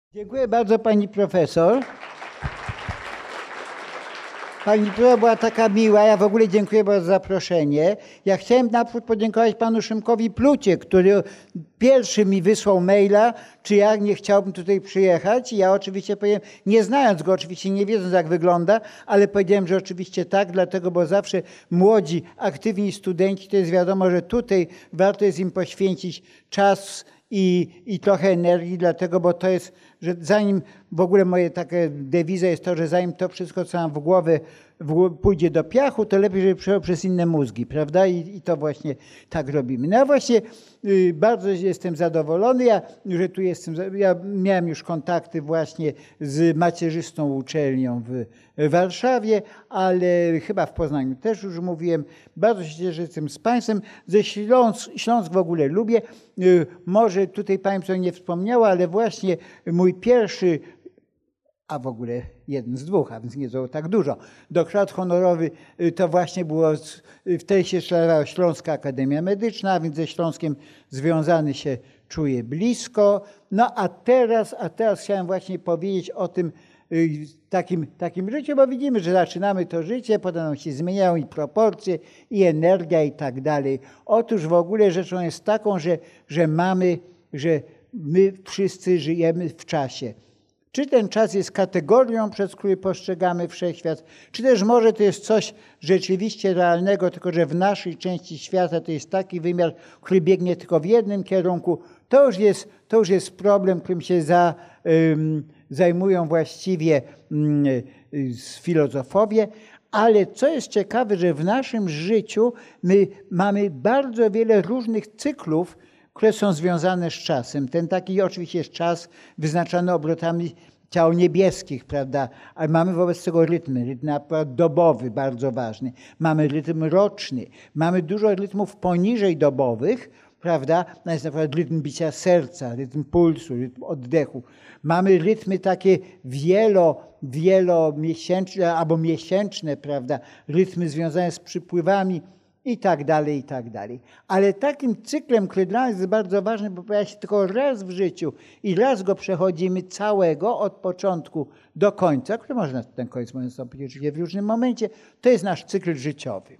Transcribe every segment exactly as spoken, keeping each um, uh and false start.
Dziękuję bardzo pani profesor. Pani profesor była taka miła, ja w ogóle dziękuję bardzo za zaproszenie. Ja chciałem na przykład podziękować panu Szymkowi Plucie, który pierwszy mi wysłał maila, czy ja nie chciałbym tutaj przyjechać. I ja oczywiście powiem, nie znając go, oczywiście nie wiedząc jak wygląda, ale powiedziałem, że oczywiście tak, dlatego, bo zawsze młodzi, aktywni studenci, to jest wiadomo, że tutaj warto jest im poświęcić czas i, i trochę energii, dlatego, bo to jest, że zanim w ogóle moje takie dewiza jest to, że zanim to wszystko, co mam w głowie w, pójdzie do piachu, to lepiej, żeby przeszło przez inne mózgi, prawda? I, i to właśnie tak robimy. No a właśnie y, bardzo jestem zadowolony, ja, że tu jestem, ja miałem już kontakty właśnie z macierzystą uczelnią w, w Warszawie, ale chyba w Poznaniu też już mówiłem. Bardzo się cieszę, że jestem z państwem. Ze Śląsk, Śląsk w ogóle lubię. Y, może tutaj państwo nie wspomniało, ale właśnie mój pierwszy, a w ogóle jeden z dwóch, a więc nie było tak dużo. Doktorat honorowy to właśnie było, wtedy się szalała Śląska Akademia Medyczna, a więc ze Śląskiem związany się czuję blisko. No a teraz, a teraz chciałem właśnie powiedzieć o tym takim, takim życiu, bo widzimy, że zaczynamy to życie, potem nam się zmieniają i proporcje, i energia i tak dalej. Otóż w ogóle rzeczą jest taką, że, że mamy, że my wszyscy żyjemy w czasie. Czy ten czas jest kategorią, przez który postrzegamy wszechświat, czy też może to jest coś rzeczywiście realnego, tylko że w naszej części świata to jest taki wymiar, który biegnie tylko w jednym kierunku. To już jest, to już jest problem, którym się za, um, zajmują właściwie um, filozofowie. Ale co jest ciekawe, że w naszym życiu my mamy bardzo wiele różnych cyklów, które są związane z czasem. Ten taki oczywiście jest czas wyznaczany obrotami ciał niebieskich, prawda? Ale mamy wobec tego rytmy, rytm na przykład dobowy, bardzo ważny. Mamy rytm roczny, mamy dużo rytmów poniżej dobowych, prawda? No jest na przykład rytm bicia serca, rytm pulsu, rytm oddechu. Mamy rytmy takie wielo, wielomiesięczne albo miesięczne, prawda? Rytmy związane z przypływami, i tak dalej, i tak dalej. Ale takim cyklem, który dla nas jest bardzo ważny, bo pojawia się tylko raz w życiu i raz go przechodzimy całego, od początku do końca, który może na ten koniec może nastąpić oczywiście w różnym momencie, to jest nasz cykl życiowy.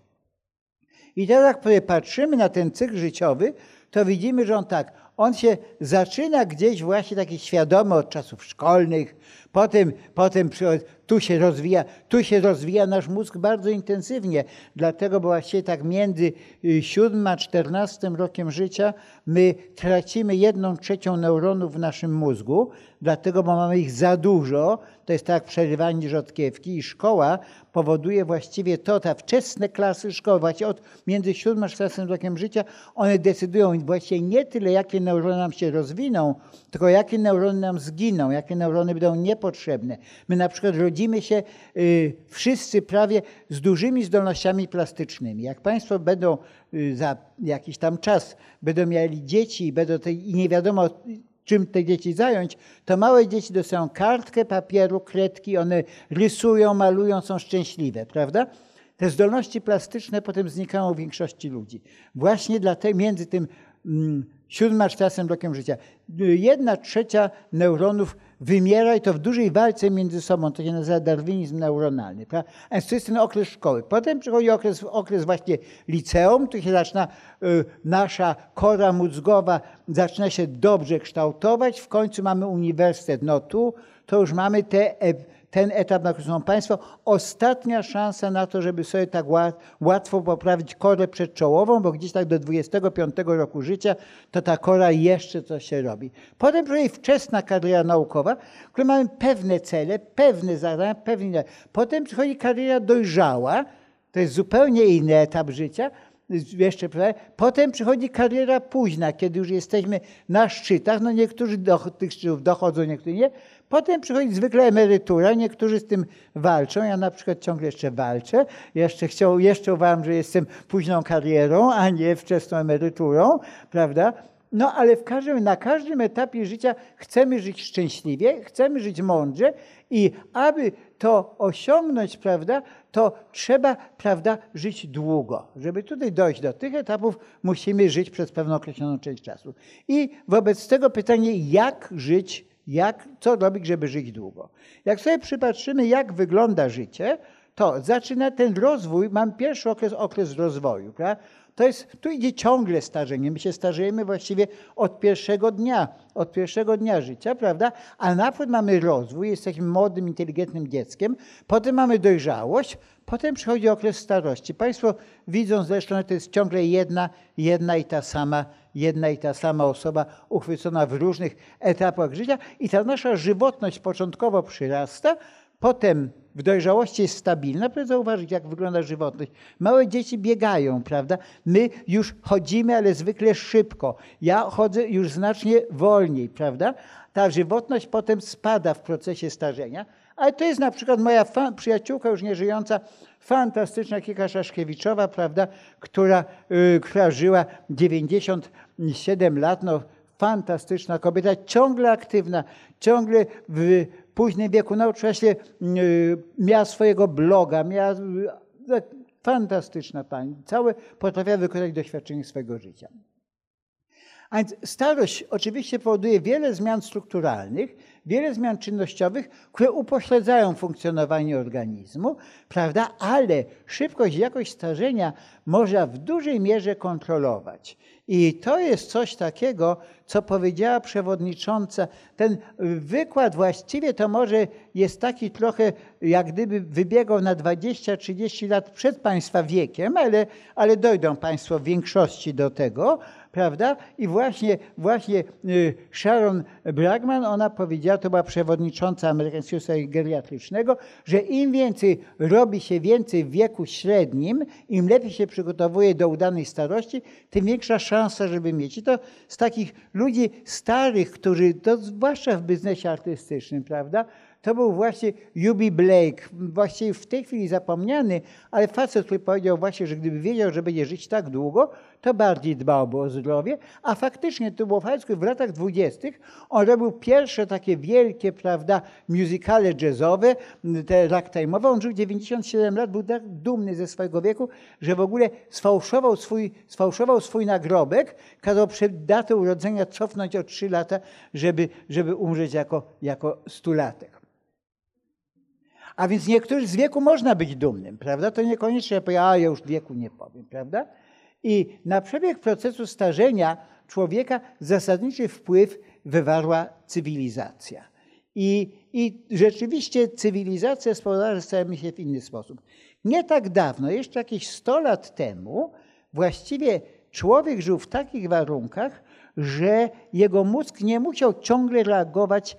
I teraz jak patrzymy na ten cykl życiowy, to widzimy, że on tak, on się zaczyna gdzieś właśnie taki świadomy od czasów szkolnych, potem, potem tu się rozwija, tu się rozwija nasz mózg bardzo intensywnie, dlatego bo właściwie tak między siódmym a czternastym rokiem życia my tracimy jedną trzecią neuronów w naszym mózgu, dlatego bo mamy ich za dużo, to jest tak jak przerywanie rzodkiewki i szkoła powoduje właściwie to, te wczesne klasy szkoły, właśnie od między siódmym a czternastym rokiem życia, one decydują właściwie nie tyle, jakie neurony nam się rozwiną, tylko jakie neurony nam zginą, jakie neurony będą niepotrzebne. My na przykład rodzimy się y, wszyscy prawie z dużymi zdolnościami plastycznymi. Jak państwo będą y, za jakiś tam czas, będą mieli dzieci i będą te, i nie wiadomo, czym te dzieci zająć, to małe dzieci dostają kartkę papieru, kredki, one rysują, malują, są szczęśliwe, prawda? Te zdolności plastyczne potem znikają u większości ludzi. Właśnie dlatego między tym mm, siódmym a czternastym rokiem życia. Jedna trzecia neuronów wymiera i to w dużej walce między sobą. To się nazywa darwinizm neuronalny. Prawda? A więc to jest ten okres szkoły. Potem przychodzi okres, okres właśnie liceum. Tu się zaczyna y, nasza kora mózgowa zaczyna się dobrze kształtować. W końcu mamy uniwersytet. No tu to już mamy te e, ten etap, na którym są państwo, ostatnia szansa na to, żeby sobie tak łatwo poprawić korę przedczołową, bo gdzieś tak do dwudziestego piątego roku życia to ta kora jeszcze coś się robi. Potem przychodzi wczesna kariera naukowa, w której mamy pewne cele, pewne zadania, pewne... Potem przychodzi kariera dojrzała, to jest zupełnie inny etap życia, jeszcze, potem przychodzi kariera późna, kiedy już jesteśmy na szczytach, no niektórzy do tych szczytów dochodzą, niektórzy nie. Potem przychodzi zwykle emerytura, niektórzy z tym walczą, ja na przykład ciągle jeszcze walczę, jeszcze, chciał, jeszcze uważam, że jestem późną karierą, a nie wczesną emeryturą, prawda? No ale w każdym, na każdym etapie życia chcemy żyć szczęśliwie, chcemy żyć mądrze i aby to osiągnąć, prawda, to trzeba, prawda, żyć długo. Żeby tutaj dojść do tych etapów, musimy żyć przez pewną określoną część czasu. I wobec tego pytanie, jak żyć jak, co robić, żeby żyć długo. Jak sobie przypatrzymy, jak wygląda życie, to zaczyna ten rozwój, mam pierwszy okres, okres rozwoju, prawda? To jest, tu idzie ciągle starzenie. My się starzejemy właściwie od pierwszego dnia, od pierwszego dnia życia, prawda? A najpierw mamy rozwój, jesteśmy młodym, inteligentnym dzieckiem, potem mamy dojrzałość, potem przychodzi okres starości. Państwo widzą zresztą, że to jest ciągle jedna, jedna i ta sama, jedna i ta sama osoba uchwycona w różnych etapach życia i ta nasza żywotność początkowo przyrasta, potem w dojrzałości jest stabilna. Proszę zauważyć, jak wygląda żywotność. Małe dzieci biegają, prawda? My już chodzimy, ale zwykle szybko. Ja chodzę już znacznie wolniej, prawda? Ta żywotność potem spada w procesie starzenia. Ale to jest na przykład moja przyjaciółka już nieżyjąca, fantastyczna Kika Szaszkiewiczowa, prawda? Która, yy, która żyła dziewięćdziesiąt siedem lat, no fantastyczna kobieta, ciągle aktywna, ciągle w późnym wieku nauczyła się, miała swojego bloga, miała, fantastyczna pani, całe potrafiła wykorzystać doświadczenie swojego życia. A więc starość oczywiście powoduje wiele zmian strukturalnych, wiele zmian czynnościowych, które upośledzają funkcjonowanie organizmu, prawda? Ale szybkość i jakość starzenia można w dużej mierze kontrolować. I to jest coś takiego, co powiedziała przewodnicząca. Ten wykład właściwie to może jest taki trochę, jak gdyby wybiegał na dwadzieścia trzydzieści lat przed Państwa wiekiem, ale, ale dojdą Państwo w większości do tego, prawda? I właśnie, właśnie Sharon Bragman, ona powiedziała, to była przewodnicząca Amerykańskiego Society Geriatrycznego, że im więcej robi się więcej w wieku średnim, im lepiej się przygotowuje do udanej starości, tym większa szansa, żeby mieć. I to z takich ludzi starych, którzy, to zwłaszcza w biznesie artystycznym, prawda? To był właśnie U B Blake, właściwie w tej chwili zapomniany, ale facet, który powiedział właśnie, że gdyby wiedział, że będzie żyć tak długo, to bardziej dbałby o zdrowie, a faktycznie to było fajne, w latach dwudziestych on robił pierwsze takie wielkie, prawda, musicale jazzowe, te ragtime'owe. On żył dziewięćdziesiąt siedem lat, był tak dumny ze swojego wieku, że w ogóle sfałszował swój, sfałszował swój nagrobek, kazał przed datą urodzenia cofnąć o trzy lata, żeby, żeby umrzeć jako, jako stulatek. A więc niektórzy z wieku można być dumnym, prawda? To niekoniecznie powie, a ja już wieku nie powiem, prawda? I na przebieg procesu starzenia człowieka zasadniczy wpływ wywarła cywilizacja. I, i rzeczywiście cywilizacja spowodowała, że stajemy się w inny sposób. Nie tak dawno, jeszcze jakieś sto lat temu, właściwie człowiek żył w takich warunkach, że jego mózg nie musiał ciągle reagować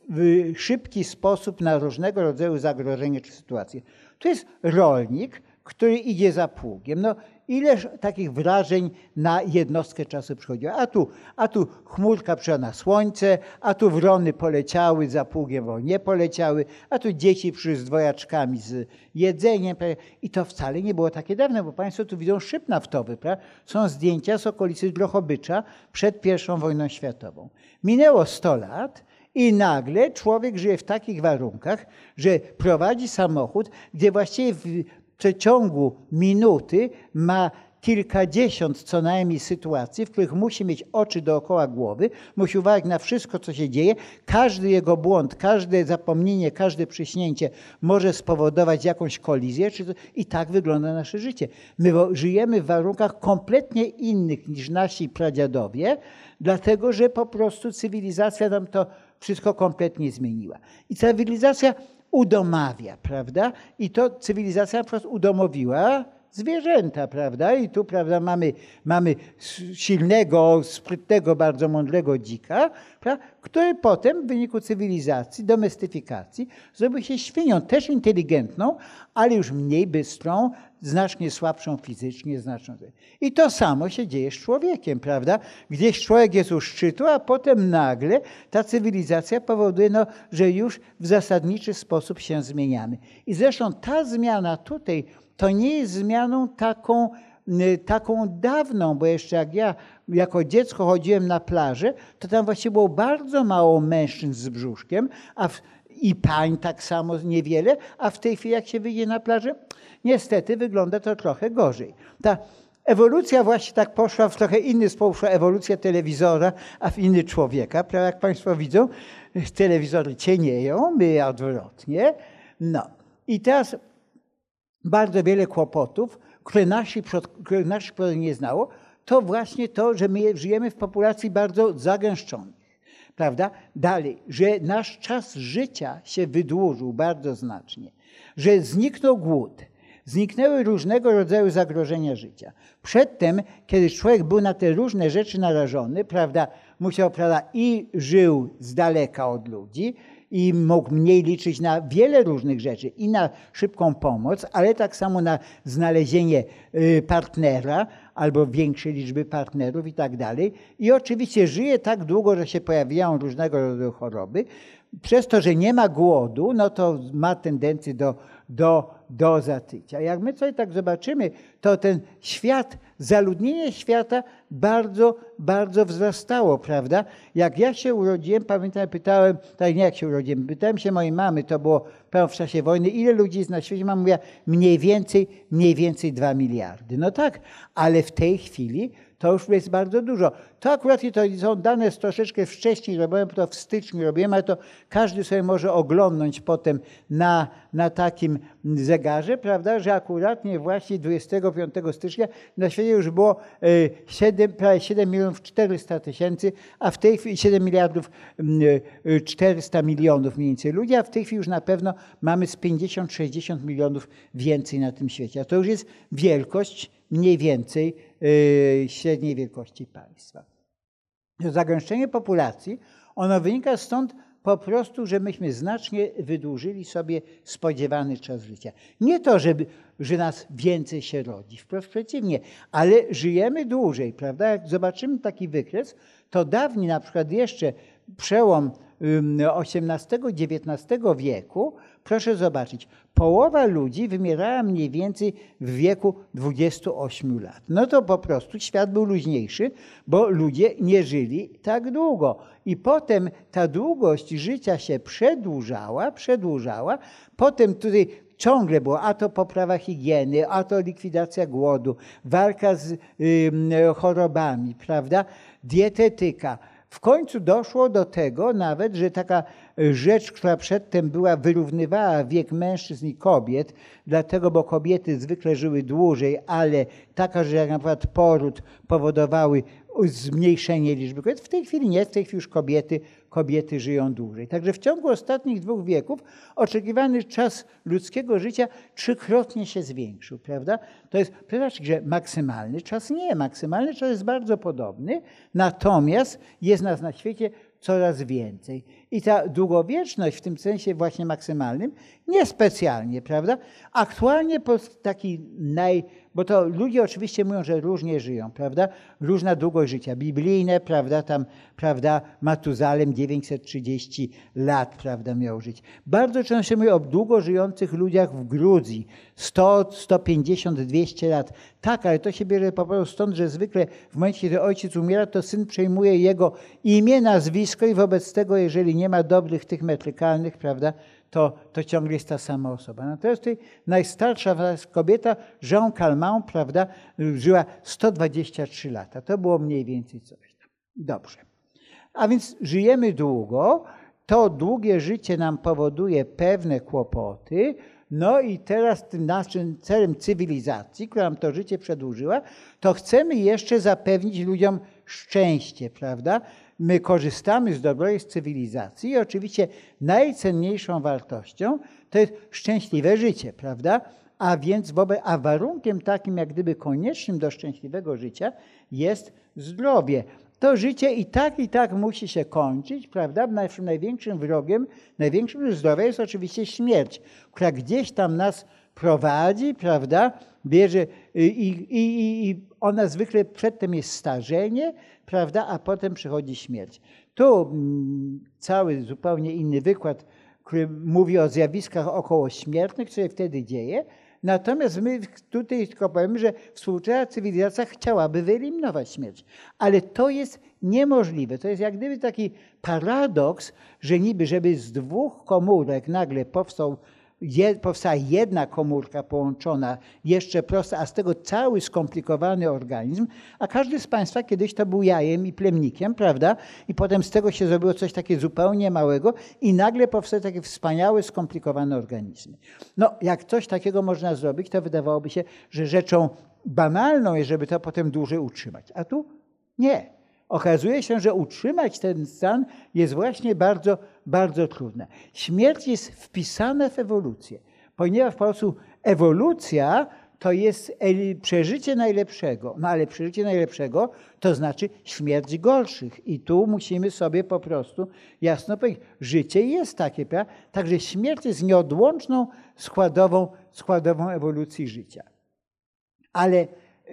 w szybki sposób na różnego rodzaju zagrożenia czy sytuacje. Tu jest rolnik, który idzie za pługiem. No, ileż takich wrażeń na jednostkę czasu przychodziło. A tu, a tu chmurka przyszła na słońce, a tu wrony poleciały za pługiem, bo nie poleciały, a tu dzieci przyszły z dwojaczkami z jedzeniem. I to wcale nie było takie dawne, bo Państwo tu widzą szyb naftowy. Prawda? Są zdjęcia z okolicy Drohobycza przed pierwszą wojną światową. Minęło sto lat i nagle człowiek żyje w takich warunkach, że prowadzi samochód, gdzie właściwie w przeciągu minuty ma kilkadziesiąt co najmniej sytuacji, w których musi mieć oczy dookoła głowy, musi uważać na wszystko, co się dzieje. Każdy jego błąd, każde zapomnienie, każde przyśnięcie może spowodować jakąś kolizję. I tak wygląda nasze życie. My żyjemy w warunkach kompletnie innych niż nasi pradziadowie, dlatego że po prostu cywilizacja nam to wszystko kompletnie zmieniła. I cywilizacja udomawia, prawda? I to cywilizacja na przykład udomowiła zwierzęta, prawda? I tu, prawda, mamy, mamy silnego, sprytnego, bardzo mądrego dzika, prawda? Który potem w wyniku cywilizacji, domestyfikacji zrobił się świnią, też inteligentną, ale już mniej bystrą, znacznie słabszą fizycznie, znacznie. I to samo się dzieje z człowiekiem, prawda? Gdzieś człowiek jest u szczytu, a potem nagle ta cywilizacja powoduje, no, że już w zasadniczy sposób się zmieniamy. I zresztą ta zmiana tutaj to nie jest zmianą taką, taką dawną, bo jeszcze jak ja jako dziecko chodziłem na plażę, to tam właściwie było bardzo mało mężczyzn z brzuszkiem, a w, i pań tak samo niewiele, a w tej chwili jak się wyjdzie na plażę, niestety wygląda to trochę gorzej. Ta ewolucja właśnie tak poszła w trochę inny sposób, ewolucja telewizora, a w inny człowieka, prawda? Jak Państwo widzą, telewizory cienieją, my odwrotnie. No i teraz bardzo wiele kłopotów, które nasi przod, które naszych przodków nie znało, to właśnie to, że my żyjemy w populacji bardzo zagęszczonej. Prawda? Dalej, że nasz czas życia się wydłużył bardzo znacznie, że zniknął głód, zniknęły różnego rodzaju zagrożenia życia. Przedtem, kiedy człowiek był na te różne rzeczy narażony, prawda, musiał, prawda, i żył z daleka od ludzi, i mógł mniej liczyć na wiele różnych rzeczy i na szybką pomoc, ale tak samo na znalezienie partnera albo większej liczby partnerów i tak dalej. I oczywiście żyje tak długo, że się pojawiają różnego rodzaju choroby. Przez to, że nie ma głodu, no to ma tendencję do, do, do zatycia. Jak my sobie tak zobaczymy, to ten świat, zaludnienie świata bardzo, bardzo wzrastało, prawda? Jak ja się urodziłem, pamiętam, pytałem, tak nie jak się urodziłem, pytałem się mojej mamy, to było w czasie wojny, ile ludzi jest na świecie? Mama mówiła, mniej więcej, mniej więcej dwa miliardy. No tak, ale w tej chwili to już jest bardzo dużo. To akurat to są dane z troszeczkę wcześniej, robiłem to w styczniu, robiłem, ale to każdy sobie może oglądnąć potem na, na takim zegarze, prawda, że akuratnie właśnie dwudziestego piątego stycznia na świecie już było siedem, prawie siedem milionów czterysta tysięcy, a w tej chwili siedem miliardów czterysta milionów mniej więcej ludzi, a w tej chwili już na pewno mamy z pięćdziesiąt sześćdziesiąt milionów więcej na tym świecie. A to już jest wielkość mniej więcej yy, średniej wielkości państwa. To zagęszczenie populacji, ono wynika stąd po prostu, że myśmy znacznie wydłużyli sobie spodziewany czas życia. Nie to, żeby, że nas więcej się rodzi, wprost przeciwnie, ale żyjemy dłużej, prawda? Jak zobaczymy taki wykres, to dawniej na przykład jeszcze przełom osiemnastego dziewiętnastego wieku, proszę zobaczyć, połowa ludzi wymierała mniej więcej w wieku dwudziestu ośmiu lat. No to po prostu świat był luźniejszy, bo ludzie nie żyli tak długo. I potem ta długość życia się przedłużała, przedłużała. Potem tutaj ciągle było, a to poprawa higieny, a to likwidacja głodu, walka z y, chorobami, prawda, dietetyka. W końcu doszło do tego nawet, że taka rzecz, która przedtem była, wyrównywała wiek mężczyzn i kobiet, dlatego, bo kobiety zwykle żyły dłużej, ale taka, że jak na przykład poród powodowały zmniejszenie liczby kobiet. W tej chwili nie, w tej chwili już kobiety, kobiety żyją dłużej. Także w ciągu ostatnich dwóch wieków oczekiwany czas ludzkiego życia trzykrotnie się zwiększył, prawda? To jest, zobaczcie, że maksymalny czas nie, maksymalny czas jest bardzo podobny, natomiast jest nas na świecie coraz więcej. I ta długowieczność w tym sensie właśnie maksymalnym niespecjalnie, prawda? Aktualnie taki naj... Bo to ludzie oczywiście mówią, że różnie żyją, prawda? Różna długość życia. Biblijne, prawda, tam, prawda, Matuzalem dziewięćset trzydzieści lat, prawda, miał żyć. Bardzo często się mówi o długo żyjących ludziach w Gruzji. sto, sto pięćdziesiąt, dwieście lat. Tak, ale to się bierze po prostu stąd, że zwykle w momencie, kiedy ojciec umiera, to syn przejmuje jego imię, nazwisko i wobec tego, jeżeli nie ma dobrych tych metrykalnych, prawda, to, to ciągle jest ta sama osoba. Natomiast tutaj najstarsza kobieta, Jean Calment, prawda, żyła sto dwadzieścia trzy lata. To było mniej więcej coś tam. Dobrze. A więc żyjemy długo. To długie życie nam powoduje pewne kłopoty. No i teraz tym naszym celem cywilizacji, która nam to życie przedłużyła, to chcemy jeszcze zapewnić ludziom szczęście, prawda? My korzystamy z dobrej cywilizacji i oczywiście najcenniejszą wartością to jest szczęśliwe życie, prawda? A więc wobec, a warunkiem takim, jak gdyby koniecznym do szczęśliwego życia jest zdrowie. To życie i tak, i tak musi się kończyć, prawda? Naszym największym wrogiem, największym zdrowia jest oczywiście śmierć, która gdzieś tam nas prowadzi, prawda? Bierze i, i, i ona zwykle przedtem jest starzenie, prawda? A potem przychodzi śmierć. Tu mm, cały zupełnie inny wykład, który mówi o zjawiskach okołośmiertnych, co się wtedy dzieje. Natomiast my tutaj tylko powiemy, że współczesna cywilizacja chciałaby wyeliminować śmierć. Ale to jest niemożliwe. To jest jak gdyby taki paradoks, że niby, żeby z dwóch komórek nagle powstał je, powstaje jedna komórka połączona, jeszcze prosta, a z tego cały skomplikowany organizm, a każdy z Państwa kiedyś to był jajem i plemnikiem, prawda? I potem z tego się zrobiło coś takiego zupełnie małego i nagle powstały takie wspaniałe, skomplikowane organizmy. No, jak coś takiego można zrobić, to wydawałoby się, że rzeczą banalną jest, żeby to potem dłużej utrzymać. A tu nie. Okazuje się, że utrzymać ten stan jest właśnie bardzo, bardzo trudne. Śmierć jest wpisana w ewolucję, ponieważ po prostu ewolucja to jest przeżycie najlepszego, no ale przeżycie najlepszego to znaczy śmierć gorszych. I tu musimy sobie po prostu jasno powiedzieć, życie jest takie, prawda? Także śmierć jest nieodłączną składową, składową ewolucji życia. Ale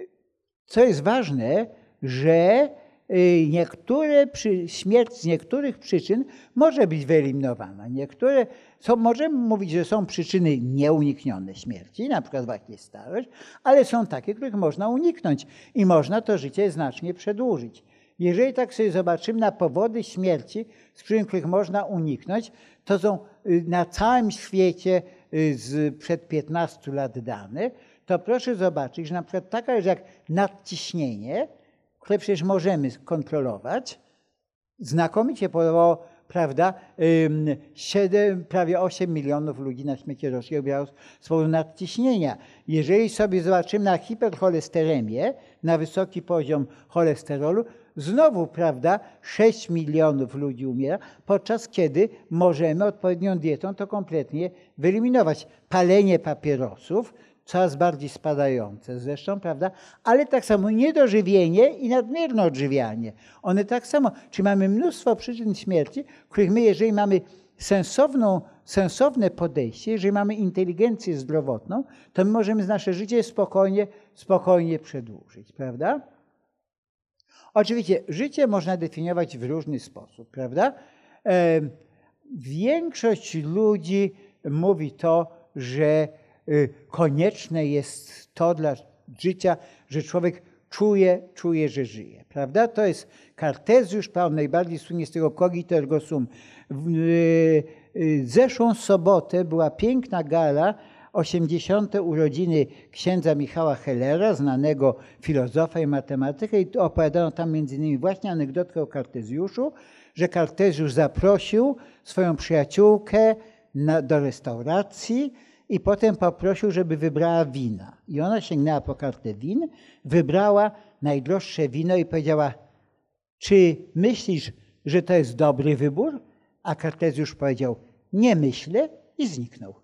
co jest ważne, że niektóre przy, śmierć z niektórych przyczyn może być wyeliminowana. Niektóre są, możemy mówić, że są przyczyny nieuniknione śmierci, na przykład właśnie starość, ale są takie, których można uniknąć i można to życie znacznie przedłużyć. Jeżeli tak sobie zobaczymy na powody śmierci, z przyczyn, których można uniknąć, to są na całym świecie z przed piętnastu lat dane, to proszę zobaczyć, że na przykład taka rzecz jak nadciśnienie, które przecież możemy kontrolować, znakomicie podobało, prawda, siedem, prawie osiem milionów ludzi na świecie rocznie umierało z powodu nadciśnienia. Jeżeli sobie zobaczymy na hipercholesteremię, na wysoki poziom cholesterolu, znowu, prawda, sześć milionów ludzi umiera, podczas kiedy możemy odpowiednią dietą to kompletnie wyeliminować. Palenie papierosów, coraz bardziej spadające zresztą, prawda? Ale tak samo niedożywienie i nadmierne odżywianie. One tak samo, czyli mamy mnóstwo przyczyn śmierci, których my, jeżeli mamy sensowną, sensowne podejście, jeżeli mamy inteligencję zdrowotną, to my możemy nasze życie spokojnie, spokojnie przedłużyć, prawda? Oczywiście życie można definiować w różny sposób, prawda? E, większość ludzi mówi to, że konieczne jest to dla życia, że człowiek czuje, czuje, że żyje. Prawda? To jest Kartezjusz, pan najbardziej słynie z tego cogito ergo sum. W zeszłą sobotę była piękna gala, osiemdziesiąte urodziny księdza Michała Hellera, znanego filozofa i matematyka, i opowiadano tam między innymi właśnie anegdotkę o Kartezjuszu, że Kartezjusz zaprosił swoją przyjaciółkę na, do restauracji, i potem poprosił, żeby wybrała wina. I ona sięgnęła po kartę win, wybrała najdroższe wino i powiedziała, czy myślisz, że to jest dobry wybór? A Kartezjusz powiedział, nie myślę i zniknął.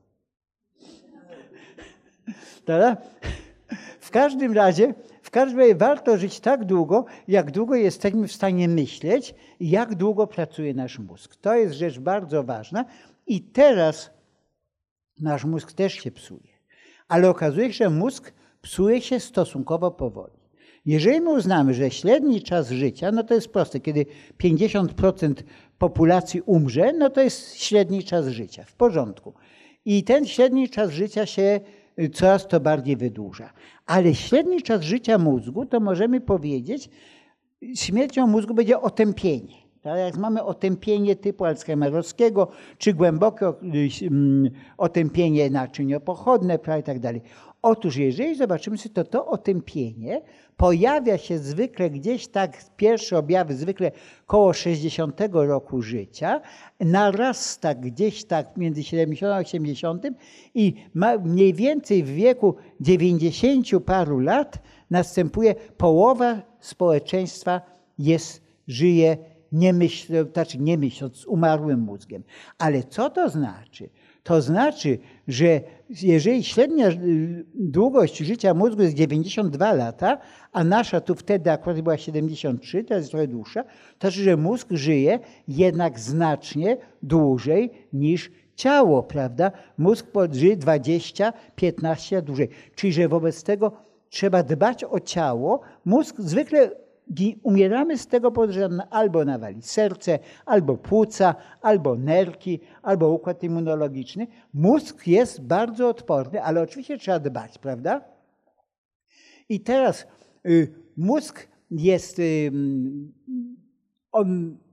W każdym razie, w każdym razie warto żyć tak długo, jak długo jesteśmy w stanie myśleć i jak długo pracuje nasz mózg. To jest rzecz bardzo ważna i teraz nasz mózg też się psuje, ale okazuje się, że mózg psuje się stosunkowo powoli. Jeżeli my uznamy, że średni czas życia, no to jest proste, kiedy pięćdziesiąt procent populacji umrze, no to jest średni czas życia, w porządku. I ten średni czas życia się coraz to bardziej wydłuża. Ale średni czas życia mózgu, to możemy powiedzieć, śmiercią mózgu będzie otępienie. Jak mamy otępienie typu alzheimerowskiego, czy głębokie otępienie naczyniopochodne, i tak dalej. Otóż jeżeli zobaczymy sobie, to to otępienie pojawia się zwykle gdzieś tak, pierwsze objawy zwykle koło sześćdziesiątego roku życia, narasta gdzieś tak między siedemdziesiątym a osiemdziesiątym i ma mniej więcej w wieku dziewięćdziesięciu paru lat następuje połowa społeczeństwa jest, żyje nie myślę, znaczy nie myśląc, z umarłym mózgiem. Ale co to znaczy? To znaczy, że jeżeli średnia długość życia mózgu jest dziewięćdziesiąt dwa lata, a nasza tu wtedy akurat była siedemdziesiąt trzy, teraz jest trochę dłuższa, to znaczy, że mózg żyje jednak znacznie dłużej niż ciało, prawda? Mózg żyje dwadzieścia piętnaście lat dłużej. Czyli, że wobec tego trzeba dbać o ciało. Mózg zwykle umieramy z tego powodu, że albo nawali serce, albo płuca, albo nerki, albo układ immunologiczny. Mózg jest bardzo odporny, ale oczywiście trzeba dbać, prawda? I teraz y, mózg jest, y, on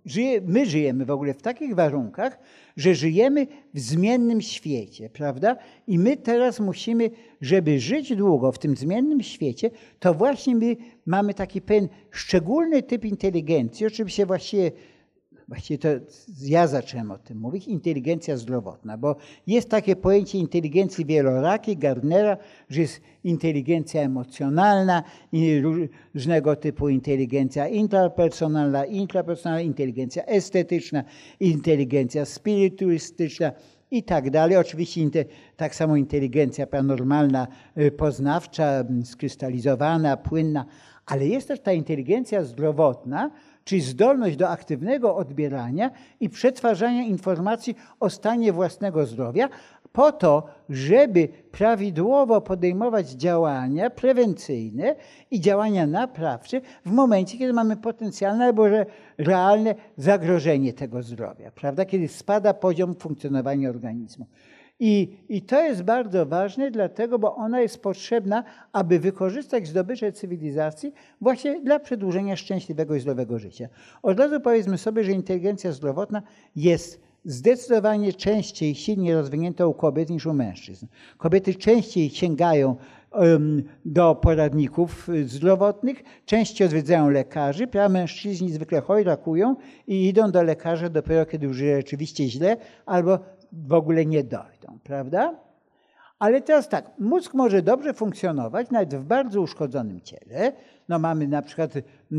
żyje, my żyjemy w ogóle w takich warunkach, że żyjemy w zmiennym świecie, prawda? I my teraz musimy, żeby żyć długo w tym zmiennym świecie, to właśnie my mamy taki pewien szczególny typ inteligencji, oczywiście właściwie Właściwie to ja zacząłem o tym mówić, inteligencja zdrowotna, bo jest takie pojęcie inteligencji wielorakiej, Gardnera, że jest inteligencja emocjonalna i różnego typu inteligencja interpersonalna, intrapersonalna, inteligencja estetyczna, inteligencja spirytystyczna i tak dalej. Oczywiście tak samo inteligencja paranormalna, poznawcza, skrystalizowana, płynna, ale jest też ta inteligencja zdrowotna, czyli zdolność do aktywnego odbierania i przetwarzania informacji o stanie własnego zdrowia po to, żeby prawidłowo podejmować działania prewencyjne i działania naprawcze w momencie, kiedy mamy potencjalne albo realne zagrożenie tego zdrowia, prawda? Kiedy spada poziom funkcjonowania organizmu. I, I to jest bardzo ważne, dlatego, bo ona jest potrzebna, aby wykorzystać zdobycze cywilizacji właśnie dla przedłużenia szczęśliwego i zdrowego życia. Od razu powiedzmy sobie, że inteligencja zdrowotna jest zdecydowanie częściej i silniej rozwinięta u kobiet niż u mężczyzn. Kobiety częściej sięgają um, do poradników zdrowotnych, częściej odwiedzają lekarzy, a mężczyźni zwykle chojrakują i idą do lekarza dopiero, kiedy już rzeczywiście źle albo w ogóle nie dojdą, prawda? Ale teraz tak, mózg może dobrze funkcjonować nawet w bardzo uszkodzonym ciele. No mamy na przykład y,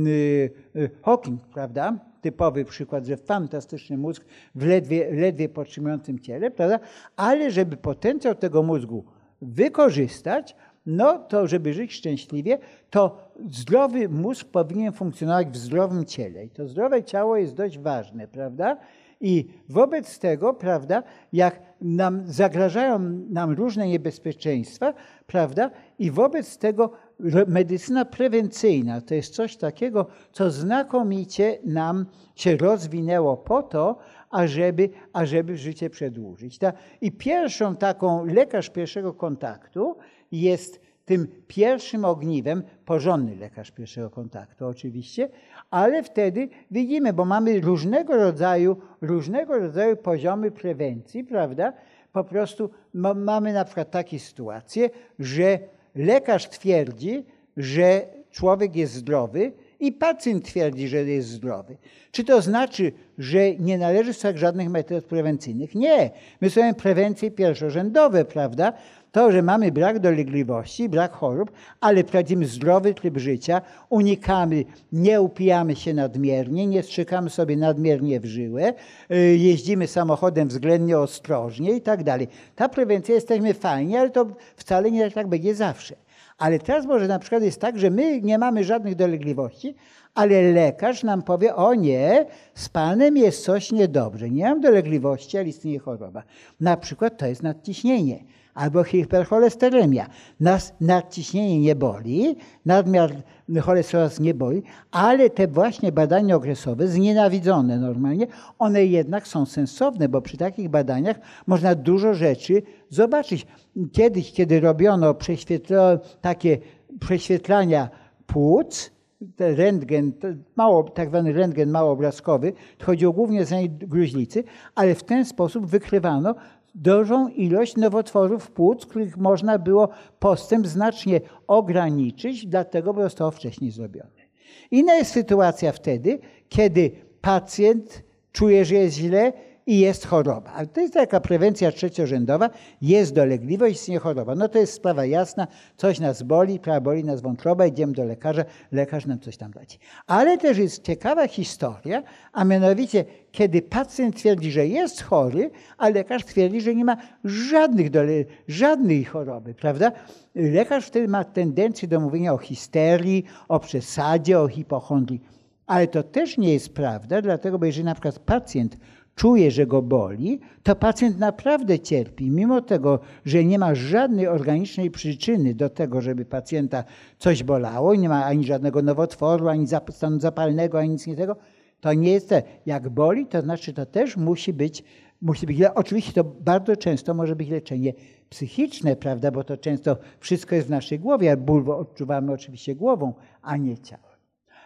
y, Hawking, prawda? Typowy przykład, że fantastyczny mózg w ledwie, ledwie podtrzymującym ciele, prawda? Ale żeby potencjał tego mózgu wykorzystać, no to żeby żyć szczęśliwie, to zdrowy mózg powinien funkcjonować w zdrowym ciele. I to zdrowe ciało jest dość ważne, prawda? I wobec tego, prawda, jak nam zagrażają nam różne niebezpieczeństwa, prawda, i wobec tego medycyna prewencyjna to jest coś takiego, co znakomicie nam się rozwinęło po to, ażeby, ażeby życie przedłużyć. I pierwszą taką, lekarz pierwszego kontaktu jest tym pierwszym ogniwem, porządny lekarz pierwszego kontaktu oczywiście, ale wtedy widzimy, bo mamy różnego rodzaju, różnego rodzaju poziomy prewencji, prawda? Po prostu mamy na przykład takie sytuacje, że lekarz twierdzi, że człowiek jest zdrowy i pacjent twierdzi, że jest zdrowy. Czy to znaczy, że nie należy stosować żadnych metod prewencyjnych? Nie. My stosujemy prewencje pierwszorzędowe, prawda? To, że mamy brak dolegliwości, brak chorób, ale prowadzimy zdrowy tryb życia, unikamy, nie upijamy się nadmiernie, nie strzykamy sobie nadmiernie w żyłę, jeździmy samochodem względnie ostrożnie i tak dalej. Ta prewencja jesteśmy fajni, ale to wcale nie tak będzie zawsze. Ale teraz może na przykład jest tak, że my nie mamy żadnych dolegliwości, ale lekarz nam powie, o nie, z panem jest coś niedobrze, nie mam dolegliwości, ale istnieje choroba. Na przykład to jest nadciśnienie albo hipercholesteremia. Nas nadciśnienie nie boli, nadmiar cholesterolu nie boli, ale te właśnie badania okresowe, znienawidzone normalnie, one jednak są sensowne, bo przy takich badaniach można dużo rzeczy zobaczyć. Kiedyś, kiedy robiono prześwietlo, takie prześwietlania płuc, rentgen, mało, tak zwany rentgen małoobrazkowy, to chodziło głównie o znanie gruźlicy, ale w ten sposób wykrywano dużą ilość nowotworów płuc, których można było postęp znacznie ograniczyć, dlatego bo zostało wcześniej zrobione. Inna jest sytuacja wtedy, kiedy pacjent czuje, że jest źle i jest choroba. Ale to jest taka prewencja trzeciorzędowa, jest dolegliwość, istnieje choroba. No to jest sprawa jasna, coś nas boli, prawa boli nas wątroba, idziemy do lekarza, lekarz nam coś tam da. Ale też jest ciekawa historia, a mianowicie, kiedy pacjent twierdzi, że jest chory, a lekarz twierdzi, że nie ma żadnych dole, żadnej choroby, prawda? Lekarz wtedy ma tendencję do mówienia o histerii, o przesadzie, o hipochondrii. Ale to też nie jest prawda, dlatego, bo jeżeli na przykład pacjent czuje, że go boli, to pacjent naprawdę cierpi. Mimo tego, że nie ma żadnej organicznej przyczyny do tego, żeby pacjenta coś bolało, nie ma ani żadnego nowotworu, ani stanu zapalnego, ani nic nie tego, to nie jest to. Jak boli, to znaczy to też musi być, musi być. Oczywiście to bardzo często może być leczenie psychiczne, prawda, bo to często wszystko jest w naszej głowie, a ból odczuwamy oczywiście głową, a nie ciałem. W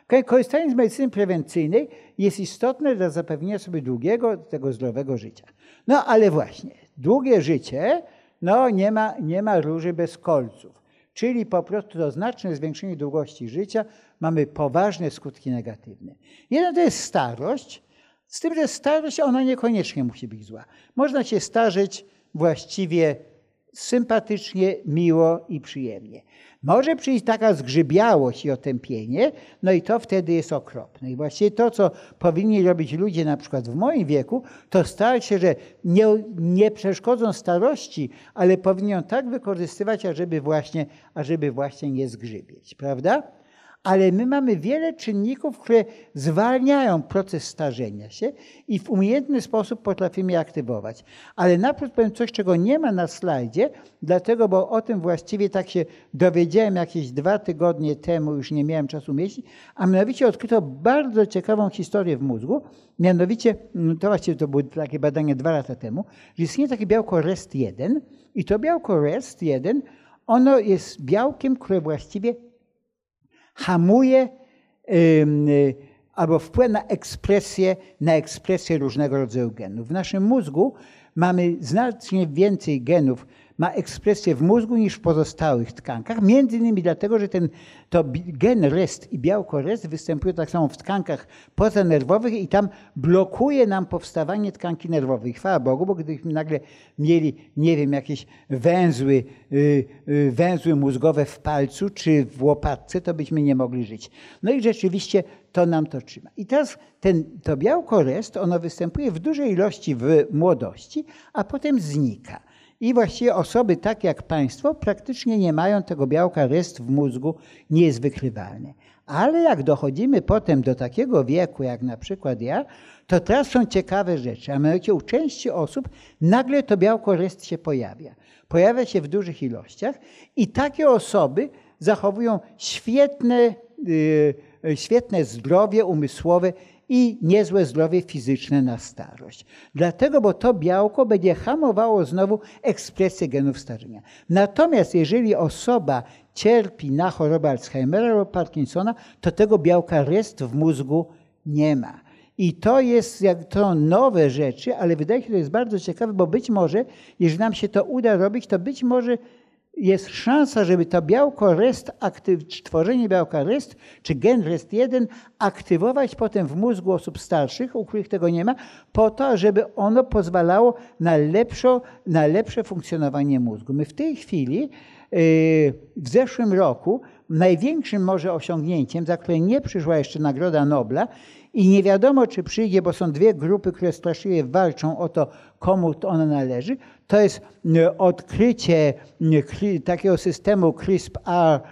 Korzystanie z medycyny prewencyjnej jest istotne dla zapewnienia sobie długiego, tego zdrowego życia. No ale właśnie, długie życie no, nie ma, nie ma róży bez kolców. Czyli po prostu to znaczne zwiększenie długości życia mamy poważne skutki negatywne. Jedno to jest starość, z tym, że starość ona niekoniecznie musi być zła. Można się starzeć właściwie sympatycznie, miło i przyjemnie. Może przyjść taka zgrzybiałość i otępienie, no i to wtedy jest okropne. I właściwie to, co powinni robić ludzie na przykład w moim wieku, to starać się, że nie, nie przeszkodzą starości, ale powinni ją tak wykorzystywać, ażeby właśnie, ażeby właśnie nie zgrzybieć, prawda? Ale my mamy wiele czynników, które zwalniają proces starzenia się i w umiejętny sposób potrafimy je aktywować. Ale najpierw powiem coś, czego nie ma na slajdzie, dlatego, bo o tym właściwie tak się dowiedziałem jakieś dwa tygodnie temu, już nie miałem czasu mieścić, a mianowicie odkryto bardzo ciekawą historię w mózgu, mianowicie, to właściwie to były takie badania dwa lata temu, że istnieje takie białko R E S T jeden i to białko R E S T jeden, ono jest białkiem, które właściwie hamuje yy, albo wpływa na ekspresję, na ekspresję różnego rodzaju genów. W naszym mózgu mamy znacznie więcej genów, ma ekspresję w mózgu niż w pozostałych tkankach, między innymi dlatego, że ten, to gen R E S T i białko R E S T występują tak samo w tkankach pozanerwowych i tam blokuje nam powstawanie tkanki nerwowej. Chwała Bogu, bo gdybyśmy nagle mieli, nie wiem, jakieś węzły, yy, yy, węzły mózgowe w palcu czy w łopatce, to byśmy nie mogli żyć. No i rzeczywiście to nam to trzyma. I teraz ten, to białko R E S T, ono występuje w dużej ilości w młodości, a potem znika. I właściwie osoby takie jak państwo praktycznie nie mają tego białka R E S T w mózgu, nie jest wykrywalne. Ale jak dochodzimy potem do takiego wieku, jak na przykład ja, to teraz są ciekawe rzeczy. A mianowicie u części osób nagle to białko R E S T się pojawia. Pojawia się w dużych ilościach i takie osoby zachowują świetne, yy, świetne zdrowie umysłowe i niezłe zdrowie fizyczne na starość. Dlatego, bo to białko będzie hamowało znowu ekspresję genów starzenia. Natomiast jeżeli osoba cierpi na chorobę Alzheimera lub Parkinsona, to tego białka R E S T w mózgu nie ma. I to jest jak to nowe rzeczy, ale wydaje się, że to jest bardzo ciekawe, bo być może, jeżeli nam się to uda robić, to być może jest szansa, żeby to białko R E S T, aktyw, tworzenie białka R E S T, czy gen R E S T jeden aktywować potem w mózgu osób starszych, u których tego nie ma, po to, żeby ono pozwalało na, lepszo, na lepsze funkcjonowanie mózgu. My w tej chwili, w zeszłym roku, największym może osiągnięciem, za które nie przyszła jeszcze Nagroda Nobla i nie wiadomo, czy przyjdzie, bo są dwie grupy, które straszliwie walczą o to, komu to ona należy, to jest odkrycie takiego systemu CRISPR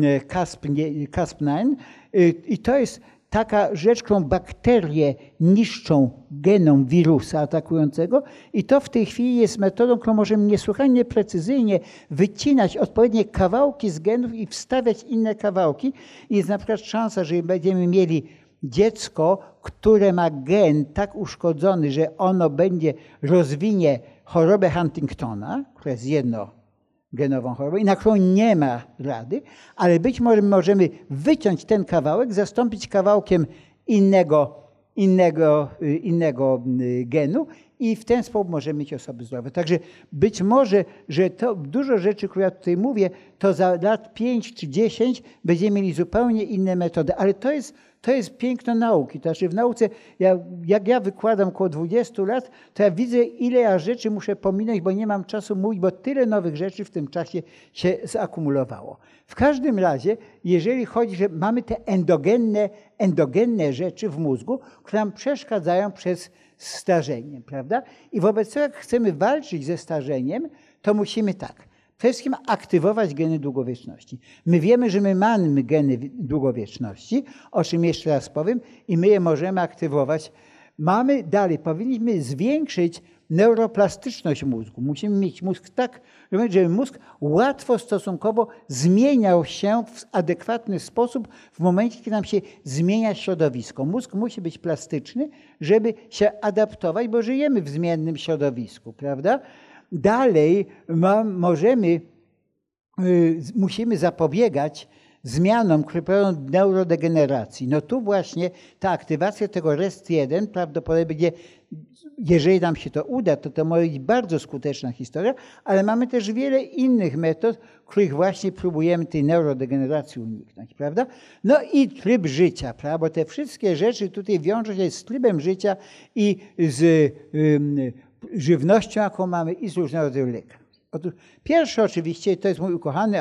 Cas dziewięć i to jest taka rzecz, którą bakterie niszczą genom wirusa atakującego i to w tej chwili jest metodą, którą możemy niesłychanie precyzyjnie wycinać odpowiednie kawałki z genów i wstawiać inne kawałki. I jest na przykład szansa, że będziemy mieli dziecko, które ma gen tak uszkodzony, że ono będzie, rozwinie chorobę Huntingtona, która jest jednogenową chorobą i na którą nie ma rady, ale być może możemy wyciąć ten kawałek, zastąpić kawałkiem innego, innego, innego genu i w ten sposób możemy mieć osoby zdrowe. Także być może, że to dużo rzeczy, które ja tutaj mówię, to za lat pięć czy dziesięć będziemy mieli zupełnie inne metody, ale to jest To jest piękno nauki. To znaczy w nauce, ja, jak ja wykładam około dwudziestu lat, to ja widzę, ile ja rzeczy muszę pominąć, bo nie mam czasu mówić, bo tyle nowych rzeczy w tym czasie się zakumulowało. W każdym razie, jeżeli chodzi, że mamy te endogenne, endogenne rzeczy w mózgu, które nam przeszkadzają przez starzenie, prawda? I wobec tego, jak chcemy walczyć ze starzeniem, to musimy tak. Przede wszystkim aktywować geny długowieczności. My wiemy, że my mamy geny długowieczności, o czym jeszcze raz powiem, i my je możemy aktywować. Mamy dalej, powinniśmy zwiększyć neuroplastyczność mózgu. Musimy mieć mózg tak, żeby mózg łatwo stosunkowo zmieniał się w adekwatny sposób w momencie, kiedy nam się zmienia środowisko. Mózg musi być plastyczny, żeby się adaptować, bo żyjemy w zmiennym środowisku, prawda? Dalej ma, możemy, y, musimy zapobiegać zmianom, które prowadzą do neurodegeneracji. No tu właśnie ta aktywacja tego R E S T jeden prawdopodobnie będzie, jeżeli nam się to uda, to to może być bardzo skuteczna historia, ale mamy też wiele innych metod, których właśnie próbujemy tej neurodegeneracji uniknąć, prawda? No i tryb życia, prawda? Bo te wszystkie rzeczy tutaj wiążą się z trybem życia i z um, żywnością, jaką mamy, i z różnego rodzaju lekami. Otóż pierwszy oczywiście, to jest mój ukochany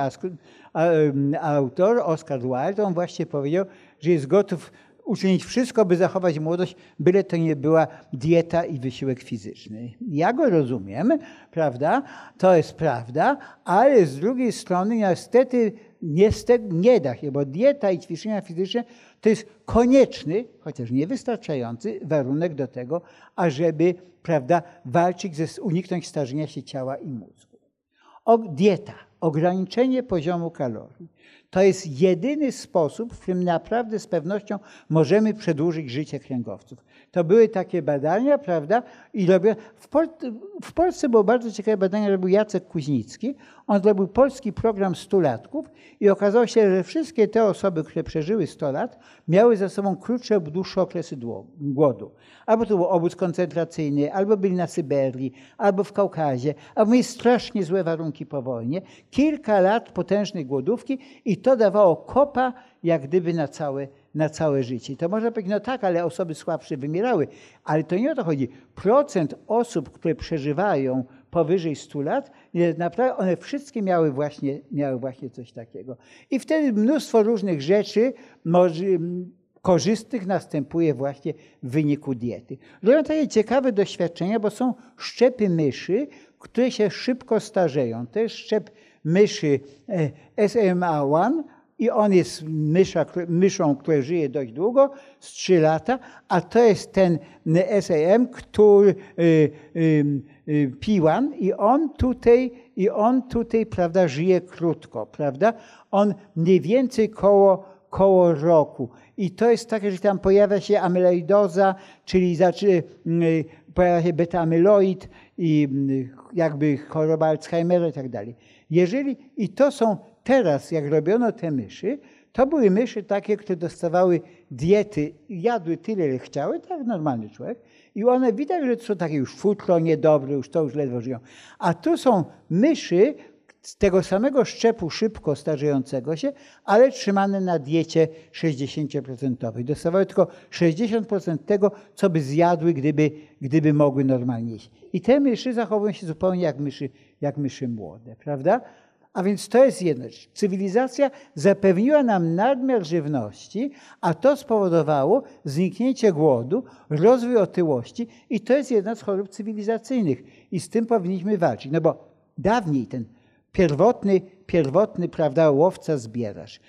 autor, Oscar Wilde, on właśnie powiedział, że jest gotów uczynić wszystko, by zachować młodość, byle to nie była dieta i wysiłek fizyczny. Ja go rozumiem, prawda? To jest prawda, ale z drugiej strony niestety, niestety nie da się, bo dieta i ćwiczenia fizyczne to jest konieczny, chociaż niewystarczający warunek do tego, ażeby, prawda, walczyć ze, uniknąć starzenia się ciała i mózgu. O, dieta, ograniczenie poziomu kalorii. To jest jedyny sposób, w którym naprawdę z pewnością możemy przedłużyć życie kręgowców. To były takie badania, prawda? I robię, w, Pol w Polsce było bardzo ciekawe badania, robił Jacek Kuźnicki. On zrobił polski program stulatków i okazało się, że wszystkie te osoby, które przeżyły sto lat, miały za sobą krótsze lub dłuższe okresy głodu. Albo to był obóz koncentracyjny, albo byli na Syberii, albo w Kaukazie, albo mieli strasznie złe warunki po wojnie. Kilka lat potężnej głodówki i to dawało kopa jak gdyby na całe, na całe życie. To można powiedzieć, no tak, ale osoby słabsze wymierały. Ale to nie o to chodzi. Procent osób, które przeżywają powyżej stu lat, naprawdę one wszystkie miały właśnie, miały właśnie coś takiego. I wtedy mnóstwo różnych rzeczy może, korzystnych następuje właśnie w wyniku diety. Robią takie ciekawe doświadczenia, bo są szczepy myszy, które się szybko starzeją. To jest szczep myszy S M A jeden i on jest mysza, myszą, która żyje dość długo, z trzy lata, a to jest ten S A M, który P jeden i on tutaj, i on tutaj, prawda, żyje krótko, prawda? On mniej więcej koło, koło roku. I to jest takie, że tam pojawia się amyloidoza, czyli znaczy, pojawia się beta-amyloid i jakby choroba Alzheimera i tak dalej. Jeżeli, i to są teraz, jak robiono te myszy, to były myszy takie, które dostawały diety, jadły tyle, ile chciały, tak jak normalny człowiek. I one widać, że to są takie już futro niedobre, już to już ledwo żyją. A tu są myszy z tego samego szczepu szybko starzejącego się, ale trzymane na diecie sześćdziesięcioprocentowej. Dostawały tylko sześćdziesiąt procent tego, co by zjadły, gdyby, gdyby mogły normalnie jeść. I te myszy zachowują się zupełnie jak myszy, jak myszy młode, prawda? A więc to jest jedna rzecz. Cywilizacja zapewniła nam nadmiar żywności, a to spowodowało zniknięcie głodu, rozwój otyłości i to jest jedna z chorób cywilizacyjnych. I z tym powinniśmy walczyć. No bo dawniej ten pierwotny, pierwotny, prawda, łowca-zbieracz.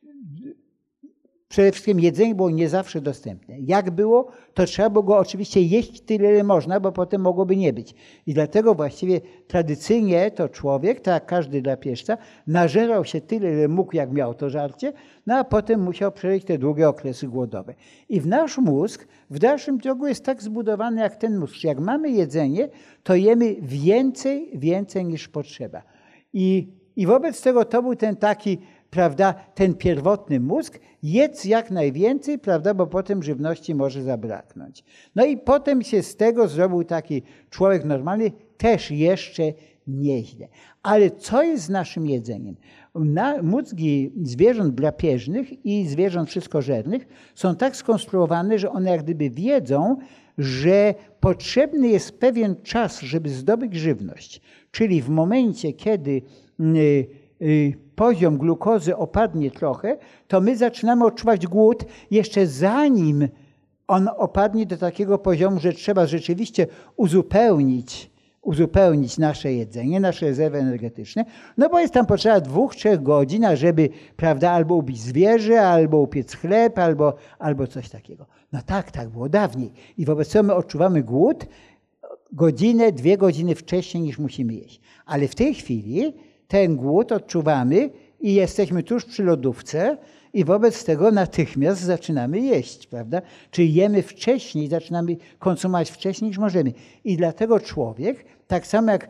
Przede wszystkim jedzenie było nie zawsze dostępne. Jak było, to trzeba było go oczywiście jeść tyle, ile można, bo potem mogłoby nie być. I dlatego właściwie tradycyjnie to człowiek, tak jak każdy drapieżca, nażerał się tyle, ile mógł, jak miał to żarcie, no a potem musiał przeżyć te długie okresy głodowe. I w nasz mózg w dalszym ciągu jest tak zbudowany jak ten mózg. Jak mamy jedzenie, to jemy więcej, więcej niż potrzeba. I, i wobec tego to był ten taki, prawda, ten pierwotny mózg, jedz jak najwięcej, prawda, bo potem żywności może zabraknąć. No i potem się z tego zrobił taki człowiek normalny, też jeszcze nieźle. Ale co jest z naszym jedzeniem? Na, mózgi zwierząt drapieżnych i zwierząt wszystkożernych są tak skonstruowane, że one jak gdyby wiedzą, że potrzebny jest pewien czas, żeby zdobyć żywność. Czyli w momencie, kiedy yy, yy, poziom glukozy opadnie trochę, to my zaczynamy odczuwać głód jeszcze zanim on opadnie do takiego poziomu, że trzeba rzeczywiście uzupełnić, uzupełnić nasze jedzenie, nasze rezerwy energetyczne, no bo jest tam potrzeba dwóch, trzech godzin, żeby, prawda, albo ubić zwierzę, albo upiec chleb, albo, albo coś takiego. No tak, tak było dawniej. I wobec tego my odczuwamy głód godzinę, dwie godziny wcześniej niż musimy jeść. Ale w tej chwili ten głód odczuwamy i jesteśmy tuż przy lodówce i wobec tego natychmiast zaczynamy jeść, prawda? Czyli jemy wcześniej, zaczynamy konsumować wcześniej niż możemy. I dlatego człowiek, tak samo jak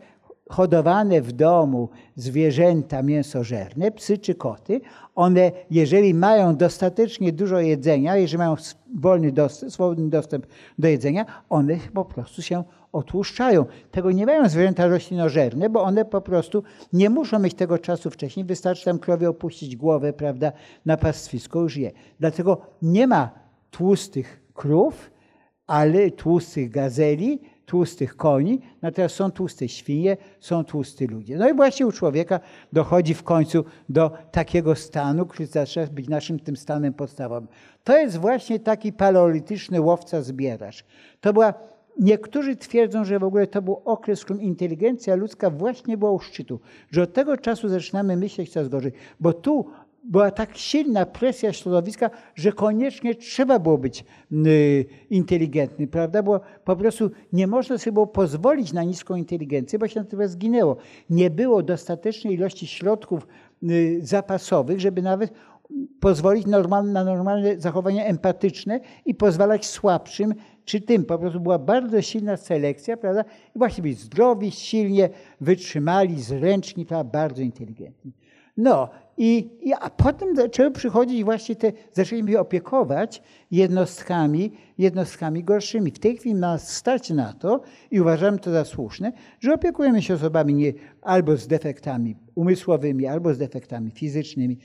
hodowane w domu zwierzęta mięsożerne, psy czy koty, one jeżeli mają dostatecznie dużo jedzenia, jeżeli mają wolny dostęp, swobodny dostęp do jedzenia, one po prostu się otłuszczają. Tego nie mają zwierzęta roślinożerne, bo one po prostu nie muszą mieć tego czasu wcześniej. Wystarczy tam krowie opuścić głowę, prawda, na pastwisko, już je. Dlatego nie ma tłustych krów, ale tłustych gazeli, tłustych koni, natomiast są tłuste świnie, są tłusty ludzie. No i właśnie u człowieka dochodzi w końcu do takiego stanu, który zaczyna być naszym tym stanem podstawowym. To jest właśnie taki paleolityczny łowca-zbieracz. To była, niektórzy twierdzą, że w ogóle to był okres, w którym inteligencja ludzka właśnie była u szczytu, że od tego czasu zaczynamy myśleć coraz gorzej, bo tu była tak silna presja środowiska, że koniecznie trzeba było być y, inteligentny, prawda? Bo po prostu nie można sobie było pozwolić na niską inteligencję, bo się natychmiast zginęło. Nie było dostatecznej ilości środków y, zapasowych, żeby nawet pozwolić normal, na normalne zachowania empatyczne i pozwalać słabszym czy tym. Po prostu była bardzo silna selekcja, prawda? I właśnie byli zdrowi, silnie wytrzymali, zręczni, prawda? Bardzo inteligentni. No i, i a potem zaczęły przychodzić właśnie te, zaczęliśmy się opiekować jednostkami, jednostkami gorszymi. W tej chwili ma stać na to i uważam to za słuszne, że opiekujemy się osobami nie, albo z defektami umysłowymi, albo z defektami fizycznymi,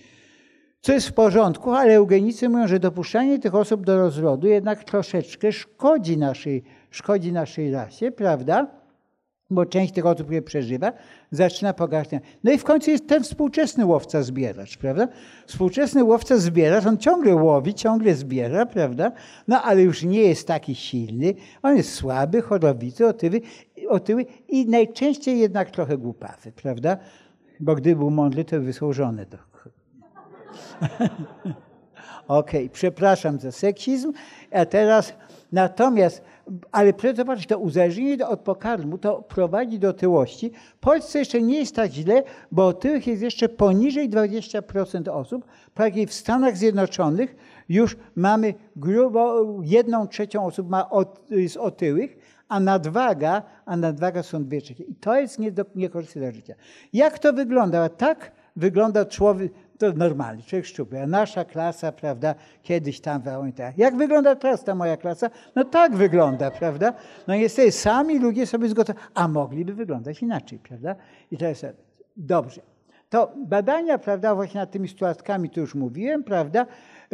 co jest w porządku, ale eugenicy mówią, że dopuszczanie tych osób do rozrodu jednak troszeczkę szkodzi naszej, szkodzi naszej rasie, prawda? Bo część tych osób, które przeżywa, zaczyna pogarszać. No i w końcu jest ten współczesny łowca-zbieracz, prawda? Współczesny łowca-zbieracz, on ciągle łowi, ciągle zbiera, prawda? No ale już nie jest taki silny, on jest słaby, chorowity, otyły, otyły i najczęściej jednak trochę głupawy, prawda? Bo gdyby był mądry, to by wysłał żonę do... Okej, okay, przepraszam za seksizm, a teraz natomiast, ale zobaczcie, to uzależnienie od pokarmu to prowadzi do otyłości. W Polsce jeszcze nie jest tak źle, bo otyłych jest jeszcze poniżej dwadzieścia procent osób, tak jak w Stanach Zjednoczonych już mamy grubo jedną trzecią osób ma od, jest otyłych, a nadwaga, a nadwaga są dwie trzecie. I to jest niekorzystne dla życia. Jak to wygląda? Tak wygląda człowiek, to normalny, człowiek szczupły. A nasza klasa, prawda, kiedyś tam, jak wygląda teraz ta moja klasa? No tak wygląda, prawda? No niestety sami ludzie sobie zgotowali, a mogliby wyglądać inaczej, prawda? I teraz dobrze. To badania, prawda, właśnie nad tymi sytuacjami, to już mówiłem, prawda,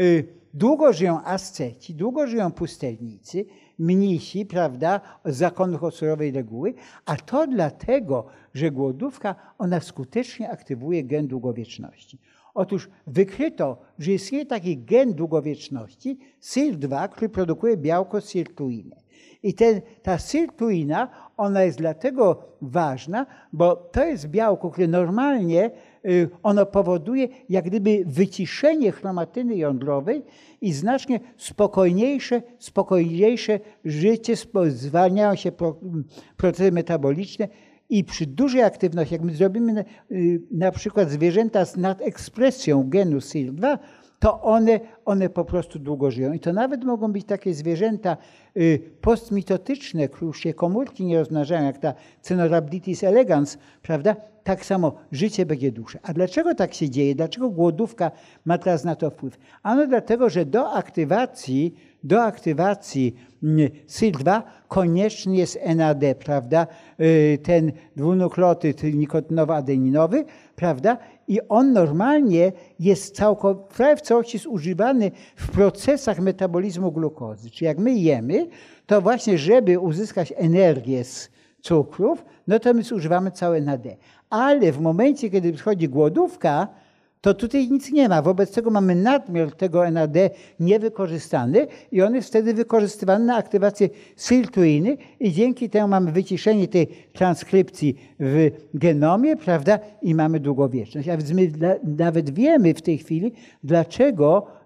długo żyją asceci, długo żyją pustelnicy, mnisi, prawda, z zakonów o surowej reguły, a to dlatego, że głodówka, ona skutecznie aktywuje gen długowieczności. Otóż wykryto, że istnieje taki gen długowieczności, S I R dwa, który produkuje białko sirtuiny. I ten, ta sirtuina, ona jest dlatego ważna, bo to jest białko, które normalnie y, ono powoduje jak gdyby wyciszenie chromatyny jądrowej i znacznie spokojniejsze, spokojniejsze życie, zwalniają się pro, procesy metaboliczne. I przy dużej aktywności, jak my zrobimy na przykład zwierzęta z nadekspresją genu S I R dwa, to one, one po prostu długo żyją. I to nawet mogą być takie zwierzęta postmitotyczne, które już się komórki nie rozmnażają, jak ta Cenorhabditis elegans, prawda? Tak samo życie będzie dłuższe. A dlaczego tak się dzieje? Dlaczego głodówka ma teraz na to wpływ? Ano dlatego, że do aktywacji, do aktywacji S I R dwa konieczny jest N A D, prawda? Ten dwunukleotyd nikotynowo-adeninowy, prawda? I on normalnie jest całkowicie, prawie w całości zużywany w procesach metabolizmu glukozy. Czyli jak my jemy, to właśnie żeby uzyskać energię z cukrów, no to my zużywamy całe N A D. Ale w momencie, kiedy przychodzi głodówka, to tutaj nic nie ma. Wobec tego mamy nadmiar tego N A D niewykorzystany i on jest wtedy wykorzystywany na aktywację sirtuiny i dzięki temu mamy wyciszenie tej transkrypcji w genomie, prawda, i mamy długowieczność. A więc my dla, nawet wiemy w tej chwili, dlaczego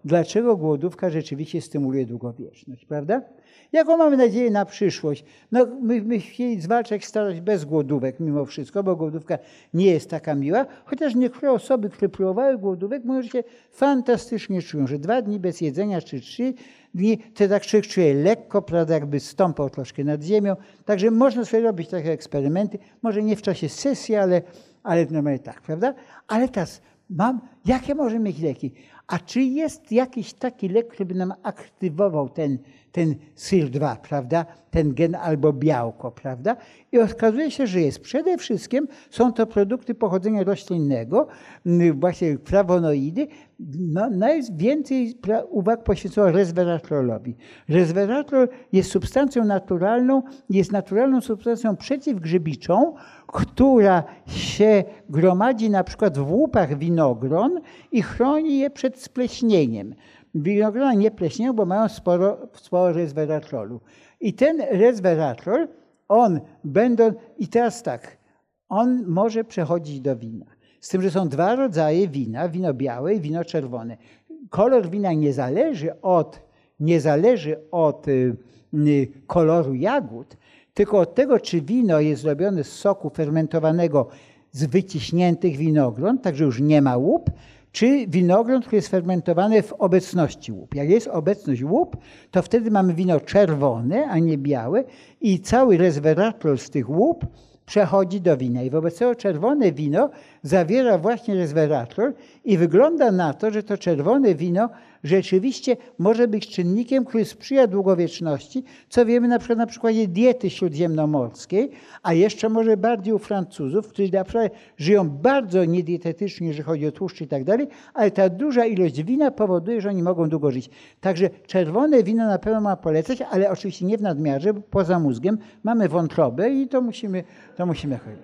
dlaczego głodówka rzeczywiście stymuluje długowieczność, prawda? Jaką mamy nadzieję na przyszłość? No, my, my chcieli zwalczać starość bez głodówek mimo wszystko, bo głodówka nie jest taka miła, chociaż niektóre osoby, które próbowały głodówek, mówią, że się fantastycznie czują, że dwa dni bez jedzenia czy trzy dni, to tak człowiek czuje lekko, prawda, jakby stąpał troszkę nad ziemią. Także można sobie robić takie eksperymenty, może nie w czasie sesji, ale, ale normalnie tak, prawda? Ale teraz mam, jakie może mieć leki? A czy jest jakiś taki lek, który by nam aktywował ten, ten S I R dwa, prawda? Ten gen albo białko, prawda? I okazuje się, że jest. Przede wszystkim są to produkty pochodzenia roślinnego, właśnie flawonoidy. No, najwięcej uwag poświęcono resveratrolowi. Resveratrol jest substancją naturalną, jest naturalną substancją przeciwgrzybiczą, która się gromadzi na przykład w łupach winogron i chroni je przed spleśnieniem. Winogrona nie pleśnieją, bo mają sporo, sporo resveratrolu. I ten resveratrol, on będą, i teraz tak, on może przechodzić do wina. Z tym, że są dwa rodzaje wina, wino białe i wino czerwone. Kolor wina nie zależy od, nie zależy od y, y, koloru jagód, tylko od tego, czy wino jest zrobione z soku fermentowanego z wyciśniętych winogron, także już nie ma łup, czy winogron, który jest fermentowany w obecności łup. Jak jest obecność łup, to wtedy mamy wino czerwone, a nie białe i cały resveratrol z tych łup przechodzi do wina. I wobec tego czerwone wino zawiera właśnie resveratrol i wygląda na to, że to czerwone wino rzeczywiście może być czynnikiem, który sprzyja długowieczności, co wiemy na przykład na przykładzie diety śródziemnomorskiej, a jeszcze może bardziej u Francuzów, którzy na przykład żyją bardzo niedietetycznie, jeżeli chodzi o tłuszcz i tak dalej, ale ta duża ilość wina powoduje, że oni mogą długo żyć. Także czerwone wino na pewno ma polecać, ale oczywiście nie w nadmiarze, bo poza mózgiem mamy wątrobę i to musimy, to musimy chodzić.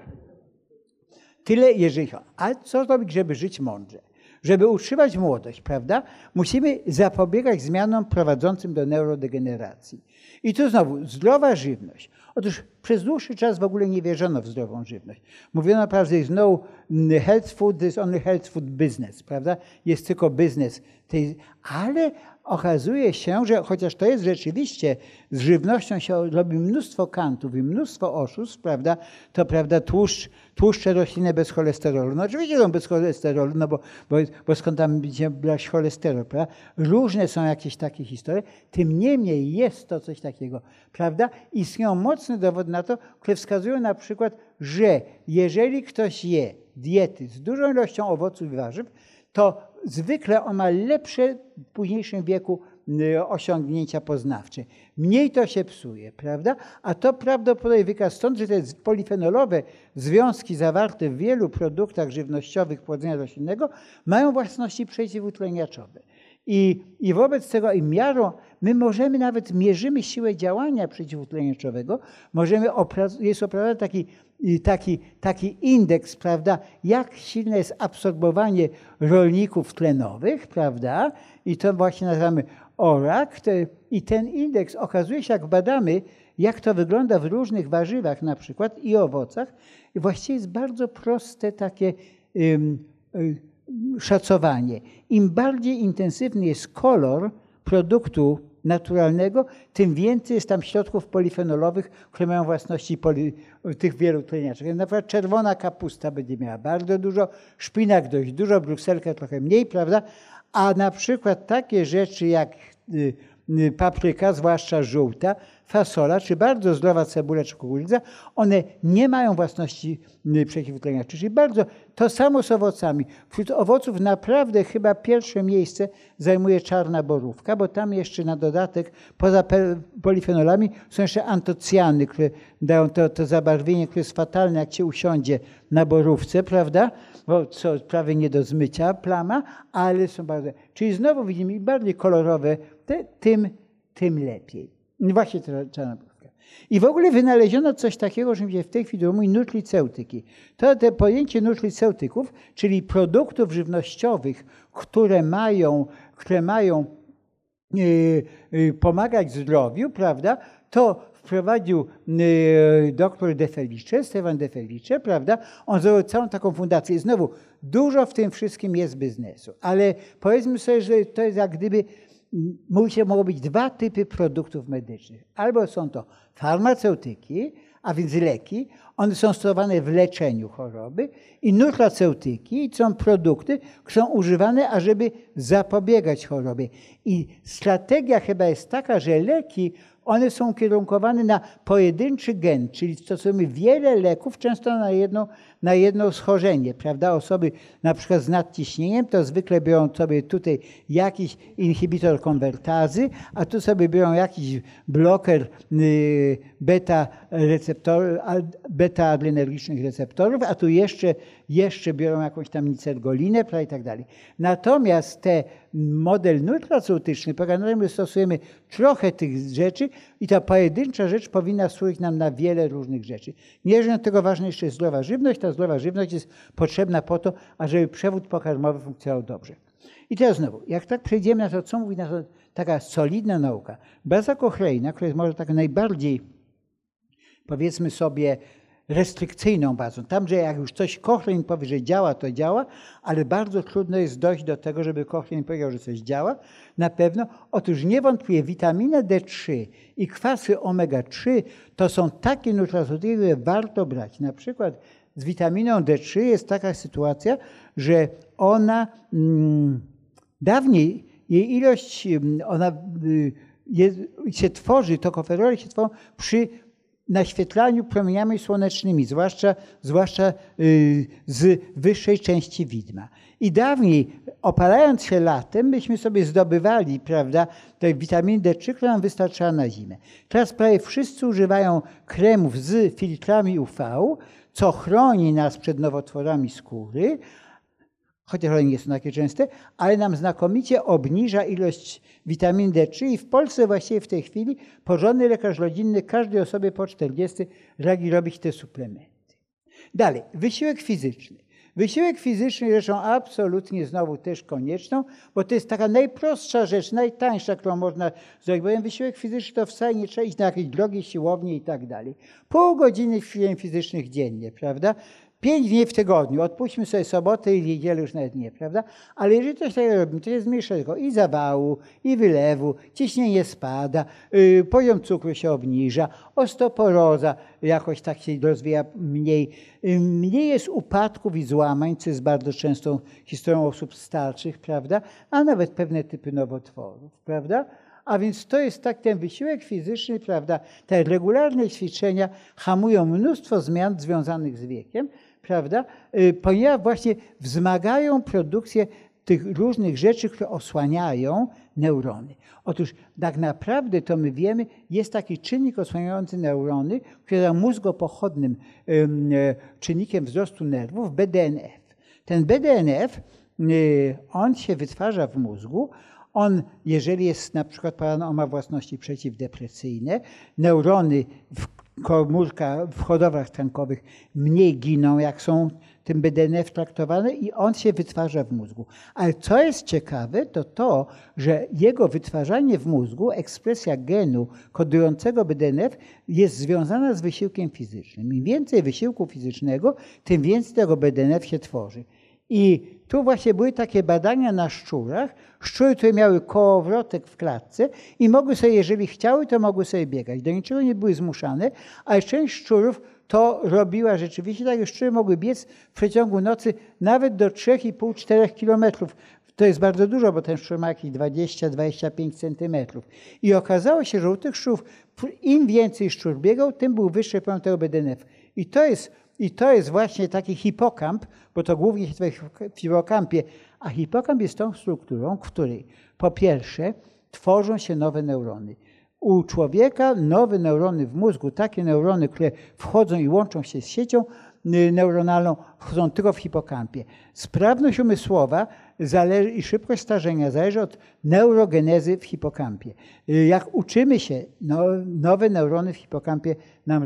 Tyle jeżeli chodzi. A co zrobić, żeby żyć mądrze? Żeby utrzymać młodość, prawda, musimy zapobiegać zmianom prowadzącym do neurodegeneracji. I tu znowu zdrowa żywność. Otóż przez dłuższy czas w ogóle nie wierzono w zdrową żywność. Mówiono, prawda, że jest no health food, is only health food business, prawda? Jest tylko biznes. Ale okazuje się, że chociaż to jest rzeczywiście, z żywnością się robi mnóstwo kantów i mnóstwo oszustw, prawda, to prawda, tłuszcz, tłuszcze roślinne bez cholesterolu. No oczywiście są bez cholesterolu, no bo, bo, bo skąd tam będzie brać cholesterol, prawda? Różne są jakieś takie historie, tym niemniej jest to coś takiego, prawda? Istnieją mocne dowody na to, które wskazują na przykład, że jeżeli ktoś je diety z dużą ilością owoców i warzyw, to zwykle on ma lepsze w późniejszym wieku osiągnięcia poznawcze. Mniej to się psuje, prawda? A to prawdopodobnie wynika stąd, że te polifenolowe związki zawarte w wielu produktach żywnościowych pochodzenia roślinnego mają własności przeciwutleniaczowe. I, I wobec tego i miarą, my możemy nawet mierzymy siłę działania przeciwutleniaczowego, możemy opra- jest opracowany taki, taki, taki indeks, prawda, jak silne jest absorbowanie rolników tlenowych, prawda, i to właśnie nazywamy O R A C. I ten indeks okazuje się, jak badamy, jak to wygląda w różnych warzywach na przykład i owocach, i właściwie jest bardzo proste takie ym, ym, szacowanie. Im bardziej intensywny jest kolor produktu naturalnego, tym więcej jest tam środków polifenolowych, które mają własności poli, tych wielu tleniaczek. Na przykład czerwona kapusta będzie miała bardzo dużo, szpinak dość dużo, brukselka trochę mniej, prawda? A na przykład takie rzeczy jak papryka, zwłaszcza żółta, fasola, czy bardzo zdrowa cebula, czy kukurydza, one nie mają własności przeciwutleniaczy. Czyli bardzo to samo z owocami. Wśród owoców naprawdę chyba pierwsze miejsce zajmuje czarna borówka, bo tam jeszcze na dodatek poza polifenolami są jeszcze antocjany, które dają to, to zabarwienie, które jest fatalne, jak się usiądzie na borówce, prawda? Bo co prawie nie do zmycia plama, ale są bardzo... Czyli znowu widzimy, im bardziej kolorowe, te, tym, tym lepiej. Właśnie czarna borówka. I w ogóle wynaleziono coś takiego, że się w tej chwili mówi nutryceutyki. To te pojęcie nutryceutyków, czyli produktów żywnościowych, które mają, które mają yy, yy, pomagać zdrowiu, prawda, to w wprowadził y, doktor De Felice, Stefan De Felice, prawda? On zrobił całą taką fundację. I znowu, dużo w tym wszystkim jest biznesu, ale powiedzmy sobie, że to jest jak gdyby, mówi się, mogą być dwa typy produktów medycznych. Albo są to farmaceutyki, a więc leki, one są stosowane w leczeniu choroby, i nutraceutyki, są produkty, które są używane, ażeby zapobiegać chorobie. I strategia chyba jest taka, że leki, one są kierunkowane na pojedynczy gen, czyli stosujemy wiele leków, często na jedno, na jedno schorzenie, prawda? Osoby na przykład z nadciśnieniem, to zwykle biorą sobie tutaj jakiś inhibitor konwertazy, a tu sobie biorą jakiś bloker y, beta receptorów, beta adrenergicznych receptorów, a tu jeszcze, jeszcze biorą jakąś tam nicergolinę, prawda, i tak dalej. Natomiast te model nutraceutyczny polega na tym, że stosujemy trochę tych rzeczy i ta pojedyncza rzecz powinna służyć nam na wiele różnych rzeczy. Niezależnie od tego ważna jeszcze jest zdrowa żywność. Ta zdrowa żywność jest potrzebna po to, ażeby przewód pokarmowy funkcjonował dobrze. I teraz znowu, jak tak przejdziemy na to, co mówi na to taka solidna nauka. Baza Cochrane, która jest może tak najbardziej, powiedzmy sobie, restrykcyjną bazą. Tam, że jak już coś Cochrane powie, że działa, to działa, ale bardzo trudno jest dojść do tego, żeby Cochrane powiedział, że coś działa. Na pewno. Otóż niewątpliwie witamina D trzy i kwasy omega trzy to są takie nutraceutyki, które warto brać. Na przykład z witaminą D trzy jest taka sytuacja, że ona mm, dawniej, jej ilość, ona y, jest, się tworzy, tokoferoly się tworzą przy naświetlaniu promieniami słonecznymi, zwłaszcza, zwłaszcza y, z wyższej części widma. I dawniej, opalając się latem, myśmy sobie zdobywali, prawda, tej witaminy D trzy, która nam wystarczała na zimę. Teraz prawie wszyscy używają kremów z filtrami U V, co chroni nas przed nowotworami skóry, chociaż one nie są takie częste, ale nam znakomicie obniża ilość witaminy D trzy i w Polsce właściwie w tej chwili porządny lekarz rodzinny każdej osobie po czterdziestce ragi robić te suplementy. Dalej, wysiłek fizyczny. Wysiłek fizyczny rzeczą absolutnie znowu też konieczną, bo to jest taka najprostsza rzecz, najtańsza, którą można zrobić. Bo wysiłek fizyczny to wcale nie trzeba iść na jakieś drogie siłownie i tak dalej. Pół godziny ćwiczeń fizycznych dziennie, prawda? Pięć dni w tygodniu, odpuśćmy sobie sobotę i niedzielę już nawet nie, prawda? Ale jeżeli coś takiego robimy, to jest zmniejsza tego i zawału, i wylewu, ciśnienie spada, yy, poziom cukru się obniża, osteoporoza jakoś tak się rozwija mniej, yy, mniej jest upadków i złamań, co jest bardzo częstą historią osób starszych, prawda? A nawet pewne typy nowotworów, prawda? A więc to jest tak, ten wysiłek fizyczny, prawda? Te regularne ćwiczenia hamują mnóstwo zmian związanych z wiekiem, prawda? Ponieważ właśnie wzmagają produkcję tych różnych rzeczy, które osłaniają neurony. Otóż tak naprawdę to my wiemy, jest taki czynnik osłaniający neurony, który jest mózgopochodnym czynnikiem wzrostu nerwów, B D N F. Ten B D N F, on się wytwarza w mózgu. On, jeżeli jest na przykład podany, on ma własności przeciwdepresyjne, neurony w komórkach, w hodowlach tkankowych mniej giną, jak są tym B D N F traktowane i on się wytwarza w mózgu. Ale co jest ciekawe, to to, że jego wytwarzanie w mózgu, ekspresja genu kodującego B D N F jest związana z wysiłkiem fizycznym. Im więcej wysiłku fizycznego, tym więcej tego B D N F się tworzy. I tu właśnie były takie badania na szczurach. Szczury, które miały kołowrotek w klatce i mogły sobie, jeżeli chciały, to mogły sobie biegać. Do niczego nie były zmuszane, ale część szczurów to robiła rzeczywiście tak, że szczury mogły biec w przeciągu nocy nawet do trzy i pół do czterech kilometrów. To jest bardzo dużo, bo ten szczur ma jakieś dwadzieścia do dwudziestu pięciu centymetrów. I okazało się, że u tych szczurów im więcej szczur biegał, tym był wyższy poziom tego B D N F. I to jest I to jest właśnie taki hipokamp, bo to głównie się w hipokampie, a hipokamp jest tą strukturą, w której po pierwsze tworzą się nowe neurony. U człowieka nowe neurony w mózgu, takie neurony, które wchodzą i łączą się z siecią neuronalną, wchodzą tylko w hipokampie. Sprawność umysłowa zależy, i szybkość starzenia zależy od neurogenezy w hipokampie. Jak uczymy się, no, nowe neurony w hipokampie nam rosną.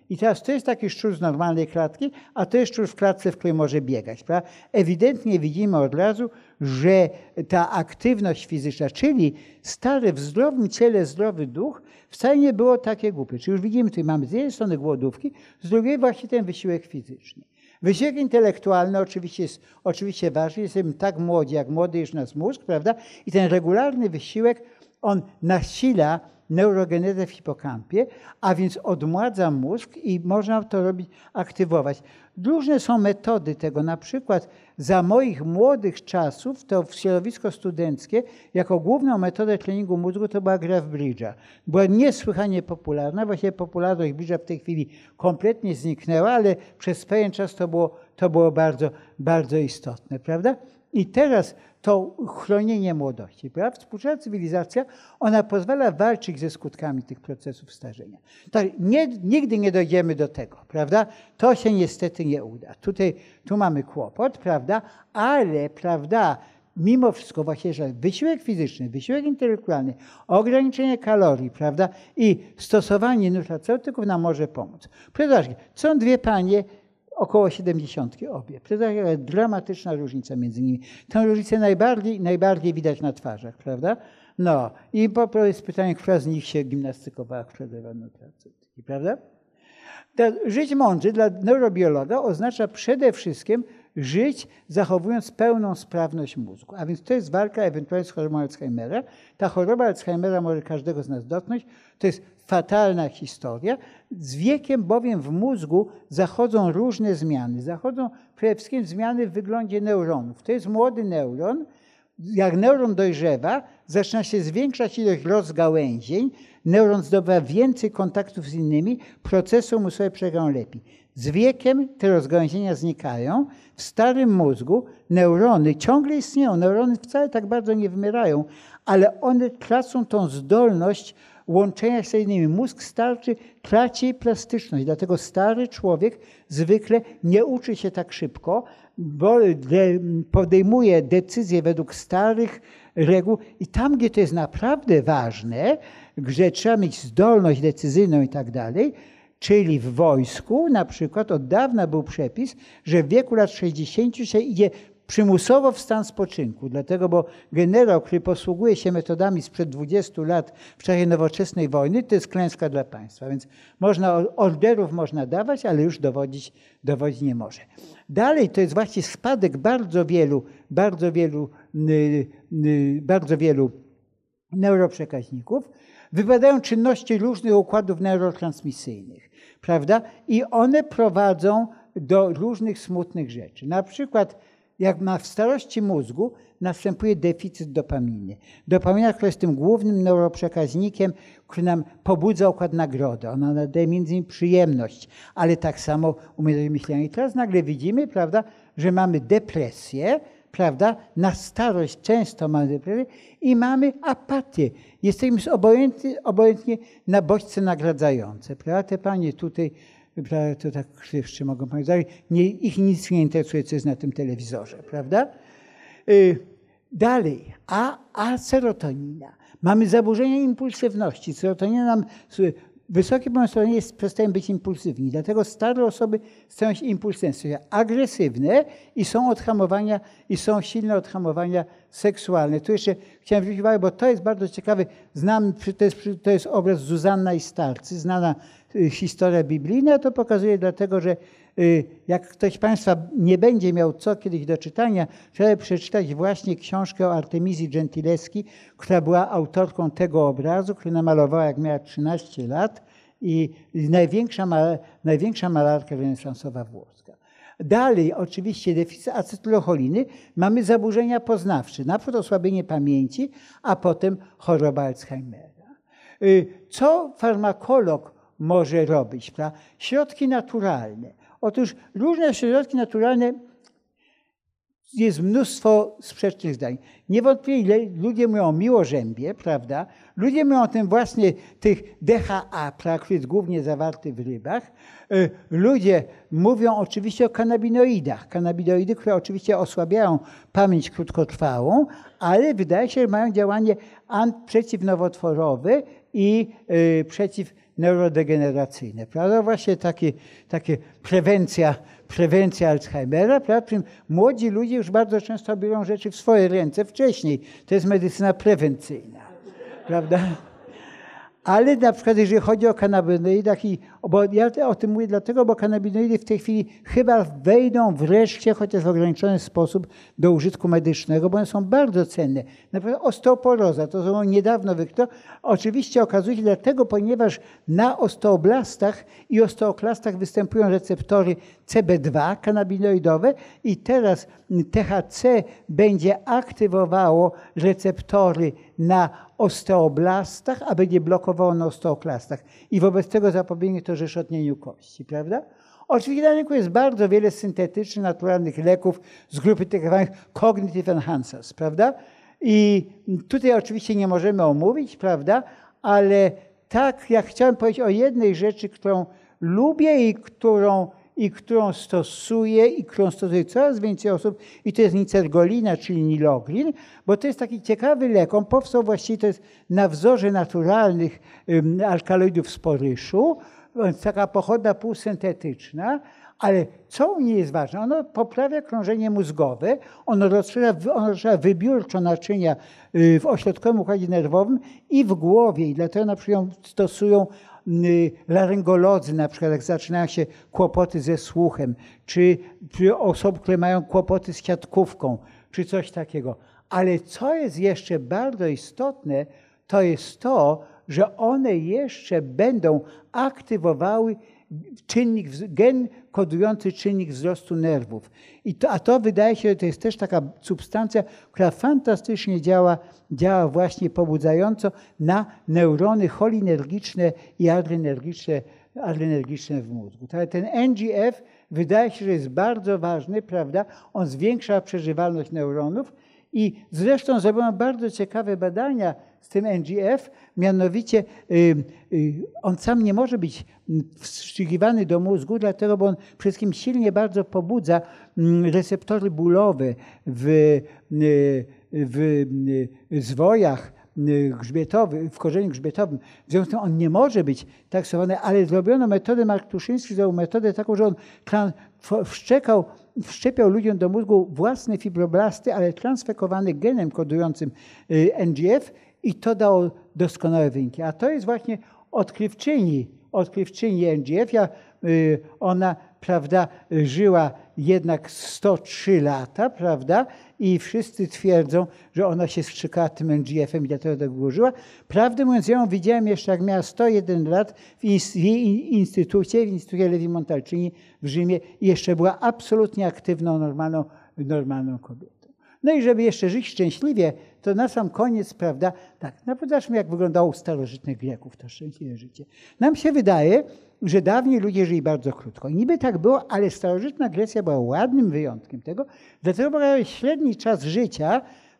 I teraz to jest taki szczur z normalnej klatki, a to jest szczur w klatce, w której może biegać. Prawda? Ewidentnie widzimy od razu, że ta aktywność fizyczna, czyli stary w zdrowym ciele, zdrowy duch, wcale nie było takie głupie. Czyli już widzimy, tutaj mamy z jednej strony głodówki, z drugiej właśnie ten wysiłek fizyczny. Wysiłek intelektualny oczywiście jest oczywiście ważny, jesteśmy tak młodzi, jak młody jest nasz mózg, prawda? I ten regularny wysiłek, on nasila neurogenezę w hipokampie, a więc odmładza mózg i można to robić, aktywować. Różne są metody tego, na przykład za moich młodych czasów to w środowisko studenckie jako główną metodę treningu mózgu to była gra w bridge'a. Była niesłychanie popularna, właściwie popularność bridge'a w tej chwili kompletnie zniknęła, ale przez pewien czas to było, to było bardzo, bardzo istotne, prawda? I teraz to chronienie młodości, prawda? Współczesna cywilizacja, ona pozwala walczyć ze skutkami tych procesów starzenia. Tak, nie, nigdy nie dojdziemy do tego, prawda? To się niestety nie uda. Tutaj, tu mamy kłopot, prawda? Ale, prawda, mimo wszystko właśnie, że wysiłek fizyczny, wysiłek intelektualny, ograniczenie kalorii, prawda? I stosowanie nutraceutyków nam może pomóc. Zobaczcie, są dwie panie, około siedemdziesiątki obie. Jaka dramatyczna różnica między nimi. Tę różnicę najbardziej, najbardziej widać na twarzach, prawda? No i po prostu jest pytanie, która z nich się gimnastykowała, która dawała nutraceutyki, prawda? Żyć mądrze dla neurobiologa oznacza przede wszystkim żyć zachowując pełną sprawność mózgu. A więc to jest walka ewentualnie z chorobą Alzheimera. Ta choroba Alzheimera może każdego z nas dotknąć. To jest fatalna historia. Z wiekiem bowiem w mózgu zachodzą różne zmiany. Zachodzą przede wszystkim zmiany w wyglądzie neuronów. To jest młody neuron. Jak neuron dojrzewa, zaczyna się zwiększać ilość rozgałęzień, neuron zdobywa więcej kontaktów z innymi, procesy umysłowe przebiegną lepiej. Z wiekiem te rozgałęzienia znikają. W starym mózgu neurony ciągle istnieją, neurony wcale tak bardzo nie wymierają, ale one tracą tą zdolność łączenia się z innymi. Mózg starczy traci plastyczność, dlatego stary człowiek zwykle nie uczy się tak szybko, bo podejmuje decyzje według starych reguł i tam, gdzie to jest naprawdę ważne, że trzeba mieć zdolność decyzyjną i tak dalej, czyli w wojsku na przykład od dawna był przepis, że w wieku lat sześćdziesięciu się idzie przymusowo w stan spoczynku, dlatego, bo generał, który posługuje się metodami sprzed dwudziestu lat w czasie nowoczesnej wojny, to jest klęska dla państwa, więc można, orderów można dawać, ale już dowodzić, dowodzić nie może. Dalej to jest właśnie spadek bardzo wielu, bardzo wielu, bardzo wielu neuroprzekaźników. Wypadają czynności różnych układów neurotransmisyjnych, prawda? I one prowadzą do różnych smutnych rzeczy. Na przykład jak ma w starości mózgu, następuje deficyt dopaminy. Dopamina, która jest tym głównym neuroprzekaźnikiem, który nam pobudza układ nagrody. Ona nadaje między innymi przyjemność, ale tak samo umiejętność myślenia. I teraz nagle widzimy, prawda, że mamy depresję, prawda, na starość często mamy depresję i mamy apatię. Jesteśmy obojętnie, obojętnie na bodźce nagradzające. Prawda? Te panie tutaj, to tak krzywszy mogą powiedzieć, nie, ich nic nie interesuje, co jest na tym telewizorze, prawda? Yy, dalej, a, a serotonina. Mamy zaburzenia impulsywności. Serotonina nam, wysokie poziom serotoniny przestają być impulsywni, dlatego stare osoby stają się impulsywne, są agresywne i są odhamowania, i są silne odhamowania seksualne. Tu jeszcze chciałem zwrócić uwagę, bo to jest bardzo ciekawe. Znam, to jest, to jest obraz Zuzanna i Starcy, znana historia biblijna, to pokazuje dlatego, że jak ktoś z Państwa nie będzie miał co kiedyś do czytania, trzeba przeczytać właśnie książkę o Artemizji Gentileschi, która była autorką tego obrazu, który namalowała jak miała trzynaście lat i największa, największa malarka renesansowa włoska. Dalej oczywiście deficyt acetylocholiny, mamy zaburzenia poznawcze, na przykład osłabienie pamięci, a potem choroba Alzheimera. Co farmakolog może robić? Prawda? Środki naturalne. Otóż różne środki naturalne, jest mnóstwo sprzecznych zdań. Niewątpliwie ludzie mówią o miłożębie, prawda? Ludzie mówią o tym właśnie tych D H A, prawda, który jest głównie zawarty w rybach. Ludzie mówią oczywiście o kanabinoidach. Kanabinoidy, które oczywiście osłabiają pamięć krótkotrwałą, ale wydaje się, że mają działanie przeciwnowotworowe i przeciw neurodegeneracyjne, prawda? Właśnie takie, takie prewencja, prewencja Alzheimera, prawda? Przy czym młodzi ludzie już bardzo często biorą rzeczy w swoje ręce wcześniej. To jest medycyna prewencyjna, prawda? Ale na przykład jeżeli chodzi o kanabinoidach, i, bo ja o tym mówię dlatego, bo kanabinoidy w tej chwili chyba wejdą wreszcie, chociaż w ograniczony sposób, do użytku medycznego, bo one są bardzo cenne. Na przykład osteoporoza, to są niedawno wykryto. Oczywiście okazuje się dlatego, ponieważ na osteoblastach i osteoklastach występują receptory C B dwa kanabinoidowe i teraz T H C będzie aktywowało receptory na osteoblastach, a będzie blokowało na osteoklastach. I wobec tego zapobiegnie to rzeszotnieniu kości, prawda? Oczywiście na rynku jest bardzo wiele syntetycznych, naturalnych leków z grupy tak zwanych cognitive enhancers, prawda? I tutaj oczywiście nie możemy omówić, prawda? Ale tak, ja chciałem powiedzieć o jednej rzeczy, którą lubię i którą i którą stosuje i którą stosuje coraz więcej osób i to jest nicergolina, czyli niloglin, bo to jest taki ciekawy lek. On powstał właściwie, to jest na wzorze naturalnych um, alkaloidów z poryszu, taka pochodna półsyntetyczna, ale co u niej jest ważne? Ono poprawia krążenie mózgowe, ono rozszerza, ono rozszerza wybiórczo naczynia w ośrodkowym układzie nerwowym i w głowie i dlatego na przykład ją stosują laryngolodzy, na przykład jak zaczynają się kłopoty ze słuchem, czy osoby, które mają kłopoty z siatkówką, czy coś takiego. Ale co jest jeszcze bardzo istotne, to jest to, że one jeszcze będą aktywowały czynnik, gen kodujący czynnik wzrostu nerwów. I to, a to wydaje się, że to jest też taka substancja, która fantastycznie działa, działa właśnie pobudzająco na neurony cholinergiczne i adrenergiczne, adrenergiczne w mózgu. Ale ten N G F wydaje się, że jest bardzo ważny, prawda? On zwiększa przeżywalność neuronów i zresztą zrobiono bardzo ciekawe badania z tym N G F, mianowicie y, y, on sam nie może być wstrzykiwany do mózgu, dlatego, bo on przede wszystkim silnie bardzo pobudza y, receptory bólowe w, y, w y, zwojach grzbietowych, w korzeniu grzbietowym. W związku z tym on nie może być taksowany, ale zrobiono metodę Martuszyński, zrobił metodę taką, że on wszczekał, wszczepiał ludziom do mózgu własne fibroblasty, ale transfekowany genem kodującym N G F i to dało doskonałe wyniki. A to jest właśnie odkrywczyni, odkrywczyni N G F. Ja, ona, prawda, żyła jednak sto trzy lata, prawda, i wszyscy twierdzą, że ona się strzykała tym N G F-em i dlatego tak długo żyła. Prawdę mówiąc, ja ją widziałem jeszcze jak miała sto jeden lat w jej instytucie, w Instytucie Levi Montalcini w Rzymie i jeszcze była absolutnie aktywną, normalną, normalną kobietą. No i żeby jeszcze żyć szczęśliwie, to na sam koniec, prawda, tak, no zobaczmy, jak wyglądało u starożytnych Greków to szczęśliwe życie. Nam się wydaje, że dawniej ludzie żyli bardzo krótko. I niby tak było, ale starożytna Grecja była ładnym wyjątkiem tego, dlatego że średni czas życia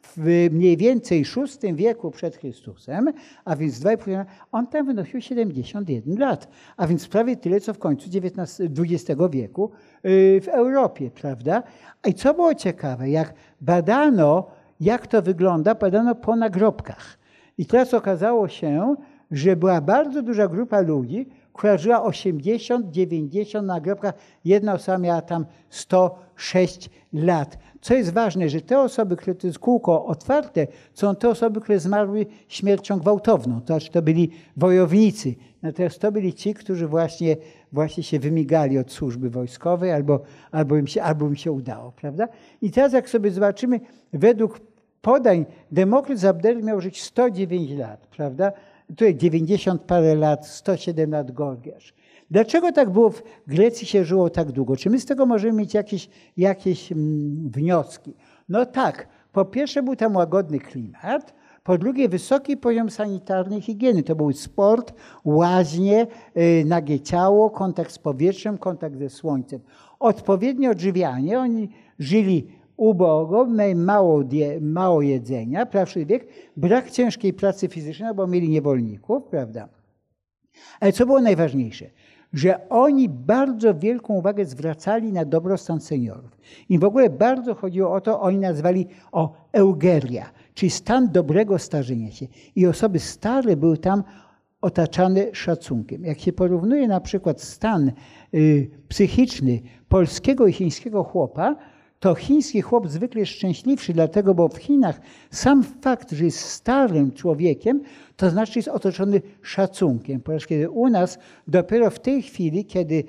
w mniej więcej szóstym wieku przed Chrystusem, a więc dwa i pół, on tam wynosił siedemdziesiąt jeden lat, a więc prawie tyle, co w końcu dwudziestego wieku w Europie, prawda? I co było ciekawe, jak badano, jak to wygląda, badano po nagrobkach. I teraz okazało się, że była bardzo duża grupa ludzi, która żyła osiemdziesiąt, dziewięćdziesiąt na nagrobkach. Jedna osoba miała tam sto sześć lat. Co jest ważne, że te osoby, które to jest kółko otwarte, są te osoby, które zmarły śmiercią gwałtowną. To znaczy to byli wojownicy. Natomiast to byli ci, którzy właśnie, właśnie się wymigali od służby wojskowej albo, albo, im się, albo im się udało, prawda? I teraz jak sobie zobaczymy, według podań Demokryt z Abdeli miał żyć sto dziewięć lat, prawda? Tutaj dziewięćdziesiąt parę lat, sto siedem lat Gorgiasz. Dlaczego tak było w Grecji się żyło tak długo? Czy my z tego możemy mieć jakieś, jakieś mm, wnioski? No tak, po pierwsze był tam łagodny klimat, po drugie wysoki poziom sanitarnej higieny. To był sport, łaźnie, yy, nagie ciało, kontakt z powietrzem, kontakt ze słońcem. Odpowiednie odżywianie, oni żyli ubogo, mało, mało jedzenia, prawszy wiek, brak ciężkiej pracy fizycznej, bo mieli niewolników, prawda? Ale co było najważniejsze? Że oni bardzo wielką uwagę zwracali na dobrostan seniorów. Im w ogóle bardzo chodziło o to, oni nazwali o eugeria, czyli stan dobrego starzenia się. I osoby stare były tam otaczane szacunkiem. Jak się porównuje na przykład stan y, psychiczny polskiego i chińskiego chłopa, to chiński chłop zwykle jest szczęśliwszy, dlatego, bo w Chinach sam fakt, że jest starym człowiekiem, to znaczy jest otoczony szacunkiem. Ponieważ kiedy u nas dopiero w tej chwili, kiedy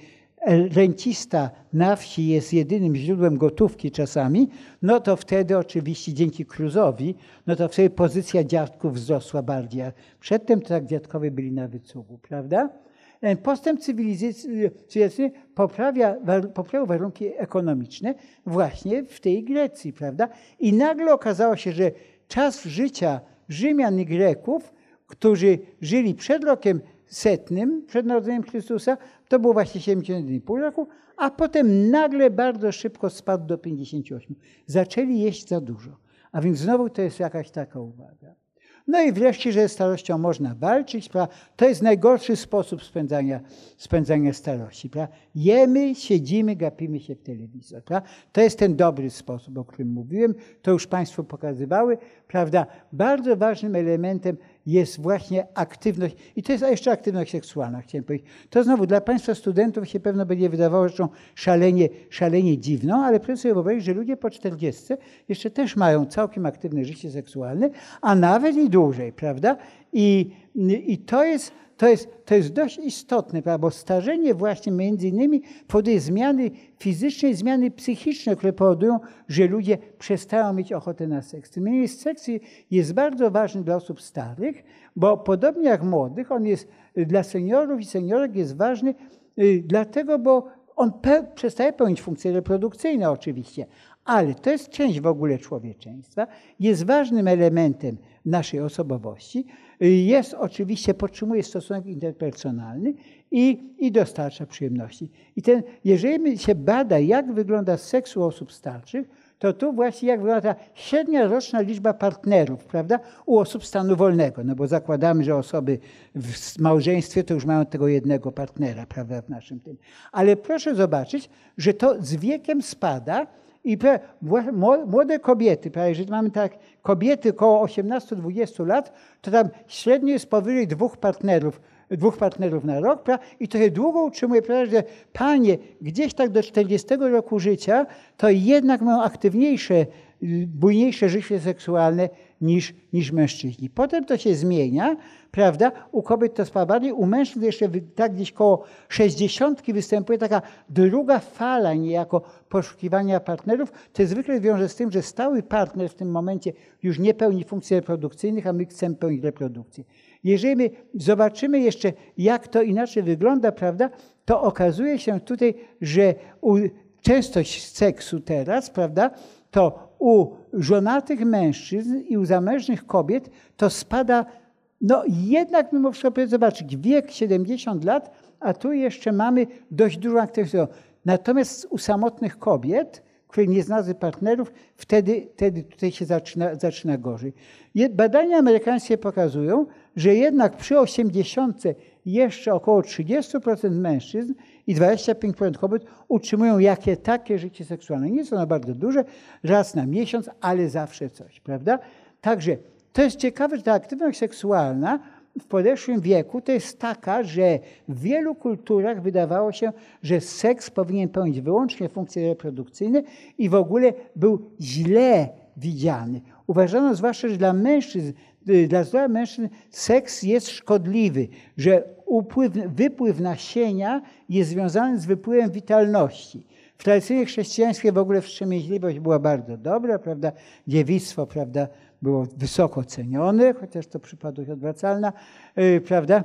rencista na wsi jest jedynym źródłem gotówki czasami, no to wtedy oczywiście dzięki Cruzowi, no to wtedy pozycja dziadków wzrosła bardziej. A przedtem to tak dziadkowie byli na wycugu, prawda? Postęp cywilizacyjny poprawia, poprawiał warunki ekonomiczne właśnie w tej Grecji, prawda? I nagle okazało się, że czas życia Rzymian i Greków, którzy żyli przed rokiem setnym, przed narodzeniem Chrystusa, to było właśnie siedemdziesiąt jeden i pół roku, a potem nagle bardzo szybko spadł do pięćdziesięciu ośmiu. Zaczęli jeść za dużo. A więc znowu to jest jakaś taka uwaga. No i wreszcie, że z starością można walczyć. Prawda? To jest najgorszy sposób spędzania, spędzania starości. Prawda? Jemy, siedzimy, gapimy się w telewizor. Prawda? To jest ten dobry sposób, o którym mówiłem. To już Państwu pokazywały. Prawda? Bardzo ważnym elementem jest właśnie aktywność. I to jest jeszcze aktywność seksualna, chciałem powiedzieć. To znowu dla Państwa studentów się pewno będzie wydawało rzeczą szalenie, szalenie dziwną, ale proszę sobie wyobrazić, że ludzie po czterdziestce jeszcze też mają całkiem aktywne życie seksualne, a nawet i dłużej, prawda? I, i to jest... To jest, to jest dość istotne, prawda? Bo starzenie właśnie między innymi powoduje zmiany fizyczne i zmiany psychiczne, które powodują, że ludzie przestają mieć ochotę na seks. Tym niemniej seks jest bardzo ważny dla osób starych, bo podobnie jak młodych, on jest dla seniorów i seniorek jest ważny dlatego, bo on pe- przestaje pełnić funkcje reprodukcyjne oczywiście, ale to jest część w ogóle człowieczeństwa, jest ważnym elementem naszej osobowości, jest oczywiście, podtrzymuje stosunek interpersonalny i, i dostarcza przyjemności. I ten, jeżeli się bada, jak wygląda seks u osób starszych, to tu właśnie jak wygląda ta średnia roczna liczba partnerów, prawda, u osób stanu wolnego, no bo zakładamy, że osoby w małżeństwie to już mają tego jednego partnera, prawda, w naszym tym. Ale proszę zobaczyć, że to z wiekiem spada i młode kobiety, prawie, jeżeli mamy tak kobiety około osiemnastu do dwudziestu lat, to tam średnio jest powyżej dwóch partnerów, dwóch partnerów na rok, prawda? I to się długo utrzymuje, prawda, że panie gdzieś tak do czterdziestego roku życia to jednak mają aktywniejsze, bujniejsze życie seksualne niż, niż mężczyźni. Potem to się zmienia, prawda? U kobiet to spada bardziej, u mężczyzn jeszcze tak gdzieś koło sześćdziesiątki występuje taka druga fala niejako poszukiwania partnerów. To zwykle wiąże z tym, że stały partner w tym momencie już nie pełni funkcji reprodukcyjnych, a my chcemy pełnić reprodukcję. Jeżeli my zobaczymy jeszcze, jak to inaczej wygląda, prawda, to okazuje się tutaj, że u, częstość seksu teraz, prawda, to u żonatych mężczyzn i u zamężnych kobiet to spada, no jednak mimo wszystko, zobaczyć, wiek siedemdziesiąt lat, a tu jeszcze mamy dość dużą aktywność. Natomiast u samotnych kobiet, które nie znalazły partnerów, wtedy, wtedy tutaj się zaczyna, zaczyna gorzej. Badania amerykańskie pokazują, że jednak przy osiemdziesiątce jeszcze około trzydzieści procent mężczyzn i dwadzieścia pięć procent kobiet utrzymują jakie takie życie seksualne. Nie jest ono bardzo duże, raz na miesiąc, ale zawsze coś, prawda? Także to jest ciekawe, że ta aktywność seksualna w podeszłym wieku to jest taka, że w wielu kulturach wydawało się, że seks powinien pełnić wyłącznie funkcje reprodukcyjne i w ogóle był źle widziany. Uważano zwłaszcza, że dla mężczyzn, dla zdrowia mężczyzn seks jest szkodliwy, że upływ, wypływ nasienia jest związany z wypływem witalności. W tradycji chrześcijańskiej w ogóle wstrzemięźliwość była bardzo dobra, prawda? Dziewictwo, prawda, było wysoko cenione, chociaż to przypadłość odwracalna, yy, prawda?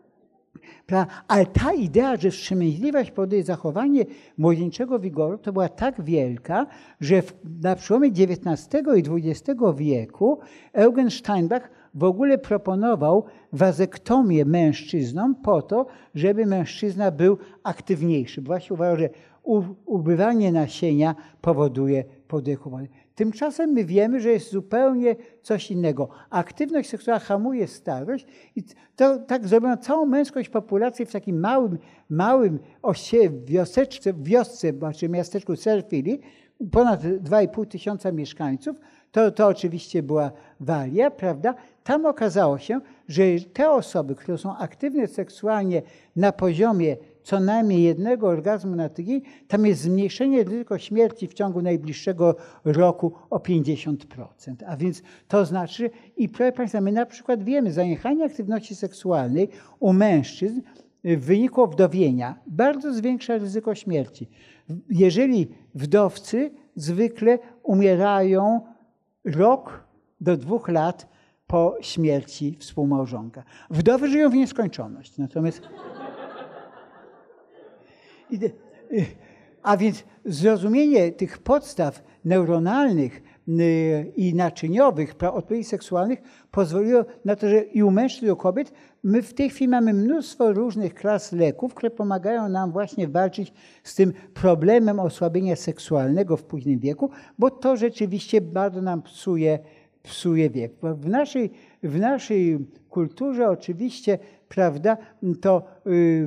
Ale ta idea, że wstrzemięźliwość powoduje zachowanie młodzieńczego wigoru, to była tak wielka, że w, na przełomie dziewiętnastego i dwudziestego wieku Eugen Steinbach w ogóle proponował wazektomię mężczyznom po to, żeby mężczyzna był aktywniejszy. Właśnie uważał, że ubywanie nasienia powoduje podechłowanie. Tymczasem my wiemy, że jest zupełnie coś innego. Aktywność seksualna hamuje starość i to tak zrobiono całą męskość populacji w takim małym, małym osie, wioseczce, wiosce, znaczy miasteczku Serfili, ponad dwa i pół tysiąca mieszkańców, to, to oczywiście była Walia, prawda? Tam okazało się, że te osoby, które są aktywne seksualnie na poziomie co najmniej jednego orgazmu na tydzień, tam jest zmniejszenie ryzyka śmierci w ciągu najbliższego roku o pięćdziesiąt procent. A więc to znaczy, i proszę Państwa, my na przykład wiemy, zaniechanie aktywności seksualnej u mężczyzn w wyniku wdowienia bardzo zwiększa ryzyko śmierci. Jeżeli wdowcy zwykle umierają rok do dwóch lat po śmierci współmałżonka. Wdowy żyją w nieskończoność. Natomiast... A więc zrozumienie tych podstaw neuronalnych i naczyniowych odpowiedzi seksualnych pozwoliło na to, że i u mężczyzn, i u kobiet my w tej chwili mamy mnóstwo różnych klas leków, które pomagają nam właśnie walczyć z tym problemem osłabienia seksualnego w późnym wieku, bo to rzeczywiście bardzo nam psuje, psuje wiek. W naszej, w naszej kulturze oczywiście, prawda, to yy,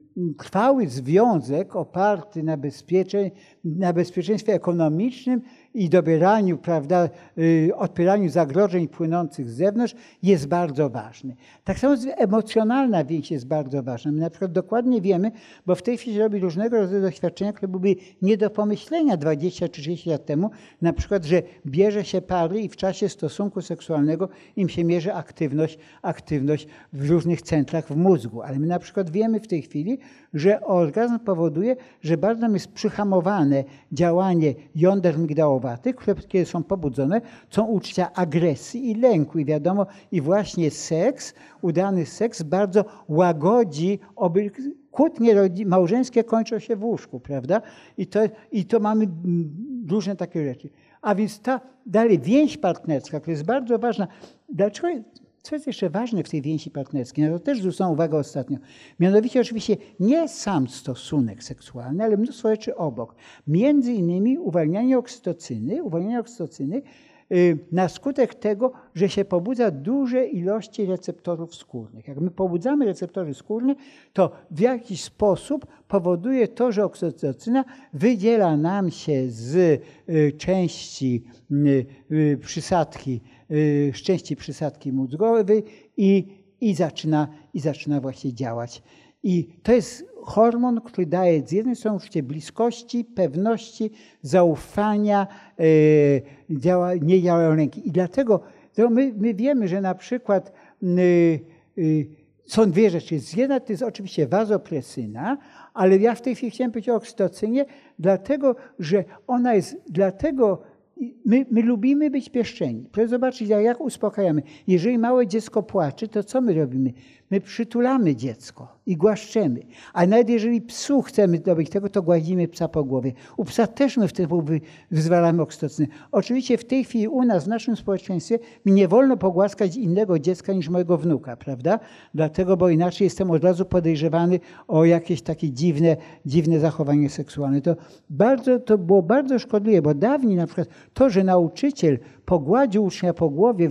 trwały związek oparty na, bezpieczeństwie, na bezpieczeństwie ekonomicznym i dobieraniu, prawda, odpieraniu zagrożeń płynących z zewnątrz jest bardzo ważny. Tak samo emocjonalna więź jest bardzo ważna. My na przykład dokładnie wiemy, bo w tej chwili robi różnego rodzaju doświadczenia, które były nie do pomyślenia dwadzieścia czy trzydzieści lat temu, na przykład, że bierze się pary i w czasie stosunku seksualnego im się mierzy aktywność, aktywność w różnych centrach w mózgu. Ale my na przykład wiemy w tej chwili, że orgazm powoduje, że bardzo nam jest przyhamowane działanie jąder migdałowatych, które kiedy są pobudzone, są uczucia agresji i lęku. I wiadomo, i właśnie seks, udany seks bardzo łagodzi oby... Kłótnie małżeńskie kończą się w łóżku, prawda? I to, i to mamy różne takie rzeczy. A więc ta dalej więź partnerska, która jest bardzo ważna. Dlaczego? Co jest jeszcze ważne w tej więzi partnerskiej? Na to też zwrócono uwagę ostatnio. Mianowicie oczywiście nie sam stosunek seksualny, ale mnóstwo rzeczy obok. Między innymi uwalnianie oksytocyny, uwalnianie oksytocyny yy, na skutek tego, że się pobudza duże ilości receptorów skórnych. Jak my pobudzamy receptory skórne, to w jakiś sposób powoduje to, że oksytocyna wydziela nam się z y, części y, y, przysadki, y, z części przysadki mózgowej i, i, zaczyna, i zaczyna właśnie działać. I to jest hormon, który daje z jednej strony uczucie bliskości, pewności, zaufania, y, działa, nie działają lęki. I dlatego my, my wiemy, że na przykład y, y, są dwie rzeczy. Jedna to jest oczywiście wazopresyna, ale ja w tej chwili chciałem powiedzieć o oksytocynie, dlatego, że ona jest, dlatego my, my lubimy być pieszczeni. Proszę zobaczyć, jak uspokajamy. Jeżeli małe dziecko płacze, to co my robimy? My przytulamy dziecko i głaszczemy. A nawet jeżeli psu chcemy dobyć tego, to gładzimy psa po głowie. U psa też my wtedy wyzwalamy oksytocynę. Oczywiście w tej chwili u nas, w naszym społeczeństwie, mi nie wolno pogłaskać innego dziecka niż mojego wnuka, prawda? Dlatego, bo inaczej jestem od razu podejrzewany o jakieś takie dziwne, dziwne zachowanie seksualne. To, bardzo, to było bardzo szkodliwe, bo dawniej na przykład to, że nauczyciel pogładził ucznia po głowie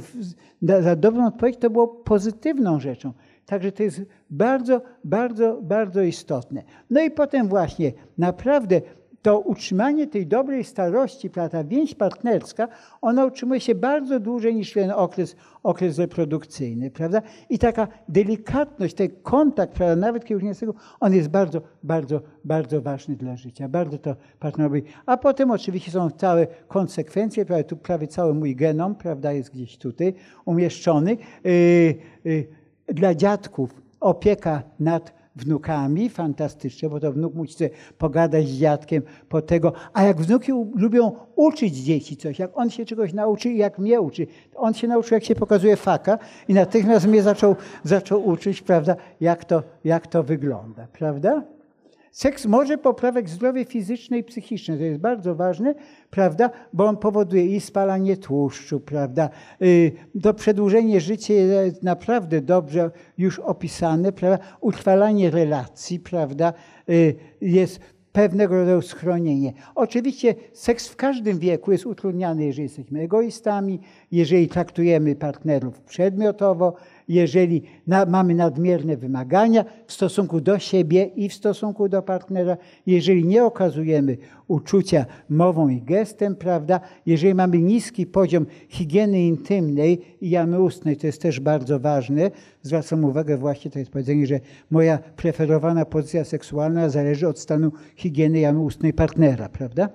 za dobrą odpowiedź, to było pozytywną rzeczą. Także to jest bardzo, bardzo, bardzo istotne. No i potem właśnie naprawdę to utrzymanie tej dobrej starości, ta więź partnerska, ona utrzymuje się bardzo dłużej niż ten okres, okres reprodukcyjny, prawda? I taka delikatność, ten kontakt, prawda, nawet kiedy już nie jest tego, on jest bardzo, bardzo, bardzo ważny dla życia. Bardzo to partnerowi. A potem oczywiście są całe konsekwencje, prawda? Tu prawie cały mój genom, prawda, jest gdzieś tutaj umieszczony. Yy, yy, Dla dziadków opieka nad wnukami, fantastycznie, bo to wnuk musi sobie pogadać z dziadkiem po tego, a jak wnuki lubią uczyć dzieci coś, jak on się czegoś nauczy i jak mnie uczy. On się nauczył, jak się pokazuje faka i natychmiast mnie zaczął, zaczął uczyć, prawda, jak to, jak to wygląda, prawda? Seks może poprawiać zdrowie fizyczne i psychiczne, to jest bardzo ważne, prawda, bo on powoduje i spalanie tłuszczu, prawda, to przedłużenie życia jest naprawdę dobrze już opisane, prawda, utrwalanie relacji, prawda, jest pewnego rodzaju schronienie. Oczywiście seks w każdym wieku jest utrudniany, jeżeli jesteśmy egoistami, jeżeli traktujemy partnerów przedmiotowo, jeżeli na, mamy nadmierne wymagania w stosunku do siebie i w stosunku do partnera, jeżeli nie okazujemy uczucia mową i gestem, prawda, jeżeli mamy niski poziom higieny intymnej i jamy ustnej, to jest też bardzo ważne. Zwracam uwagę właśnie, to jest powiedzenie, że moja preferowana pozycja seksualna zależy od stanu higieny jamy ustnej partnera, prawda?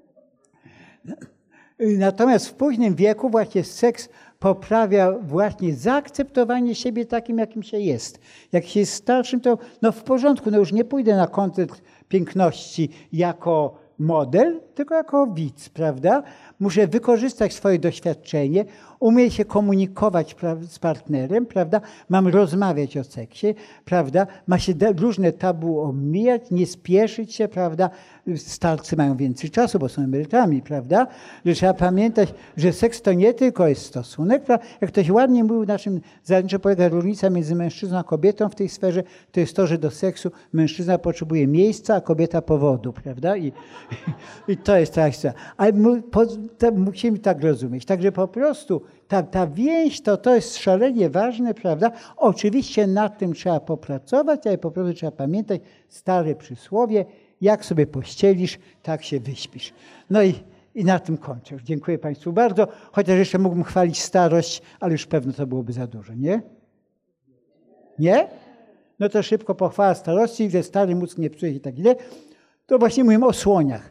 Natomiast w późnym wieku właśnie seks poprawia właśnie zaakceptowanie siebie takim, jakim się jest. Jak się jest starszym, to no w porządku, no już nie pójdę na koncert piękności jako model, tylko jako widz, prawda? Muszę wykorzystać swoje doświadczenie, umieć się komunikować z partnerem, prawda? Mam rozmawiać o seksie, prawda? Ma się różne tabu omijać, nie spieszyć się, prawda? Starcy mają więcej czasu, bo są emerytami, prawda? Że trzeba pamiętać, że seks to nie tylko jest stosunek, prawda? Jak ktoś ładnie mówił, na czym zasadniczo polega różnica między mężczyzną a kobietą w tej sferze, to jest to, że do seksu mężczyzna potrzebuje miejsca, a kobieta powodu, prawda? I, i to jest ta historia. Ale mu, po, to musimy tak rozumieć. Także po prostu ta, ta więź to, to jest szalenie ważne, prawda? Oczywiście nad tym trzeba popracować, ale po prostu trzeba pamiętać stare przysłowie, jak sobie pościelisz, tak się wyśpisz. No i, i na tym kończę. Dziękuję Państwu bardzo. Chociaż jeszcze mógłbym chwalić starość, ale już pewno to byłoby za dużo, nie? Nie? No to szybko pochwała starości, że stary mózg nie psuje i tak dalej. To właśnie mówimy o słoniach.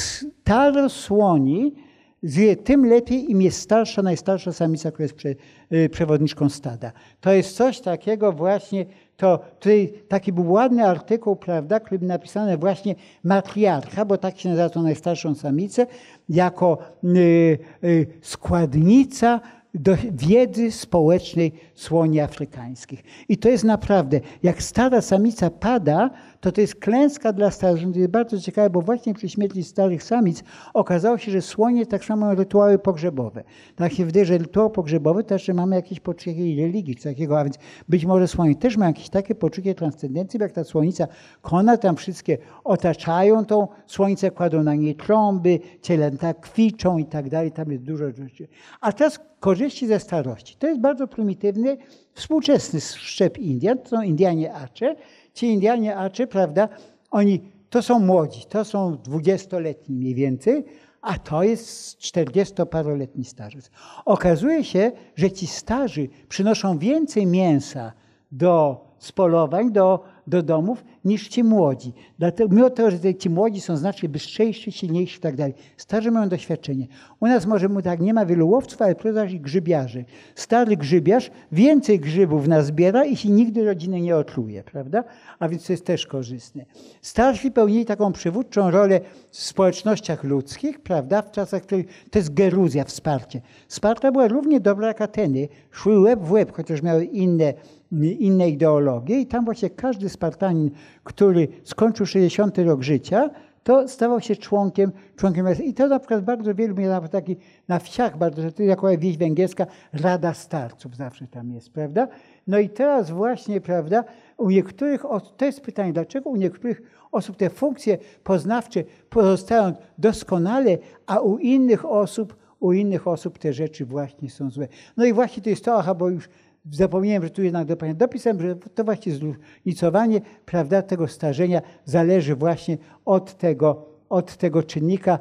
Staro słoni żyje tym lepiej, im jest starsza, najstarsza samica, która jest prze, y, przewodniczką stada. To jest coś takiego właśnie, to tutaj taki był ładny artykuł, prawda, który był napisany właśnie matriarcha, bo tak się nazywa tą najstarszą samicę, jako y, y, składnica do wiedzy społecznej słoni afrykańskich. I to jest naprawdę, jak stara samica pada, to to jest klęska dla starych. To jest bardzo ciekawe, bo właśnie przy śmierci starych samic okazało się, że słonie tak samo mają rytuały pogrzebowe. Tak się wydaje, że rytuał pogrzebowy też, że mamy jakieś poczucie religii czy takiego, a więc być może słonie też mają jakieś takie poczucie transcendencji, jak ta słonica kona, tam wszystkie otaczają tą słonicę, kładą na niej trąby, cielęta kwiczą i tak dalej, tam jest dużo rzeczy. A teraz korzyści ze starości. To jest bardzo prymitywny, współczesny szczep Indian, to są Indianie Acze. Ci Indianie Acze, prawda, oni to są młodzi, to są dwudziestoletni mniej więcej, a to jest czterdziestoparoletni starzec. Okazuje się, że ci starzy przynoszą więcej mięsa do spolowań, do, do domów, niż ci młodzi. Dlatego, mimo tego, że ci młodzi są znacznie bystrzejsi, silniejsi i tak dalej. Starzy mają doświadczenie. U nas może mu tak nie ma wielu łowców, ale prowadzi i grzybiarzy. Stary grzybiarz więcej grzybów nazbiera i się nigdy rodziny nie otruje, prawda? A więc to jest też korzystne. Starsi pełnili taką przywódczą rolę w społecznościach ludzkich, prawda? W czasach, których to jest geruzja, wsparcie. Sparta była równie dobra jak Ateny. Szły łeb w łeb, chociaż miały inne inne ideologie i tam właśnie każdy Spartanin, który skończył sześćdziesiąty rok życia, to stawał się członkiem, członkiem i to na przykład bardzo wielu, nawet taki na wsiach bardzo, to jako wieś węgierska, Rada Starców zawsze tam jest, prawda? No i teraz właśnie, prawda, u niektórych, to jest pytanie, dlaczego u niektórych osób te funkcje poznawcze pozostają doskonale, a u innych osób, u innych osób te rzeczy właśnie są złe. No i właśnie to jest to, aha, bo już zapomniałem, że tu jednak do Pana dopisałem, że to właśnie zróżnicowanie, prawda, tego starzenia zależy właśnie od tego, od tego czynnika,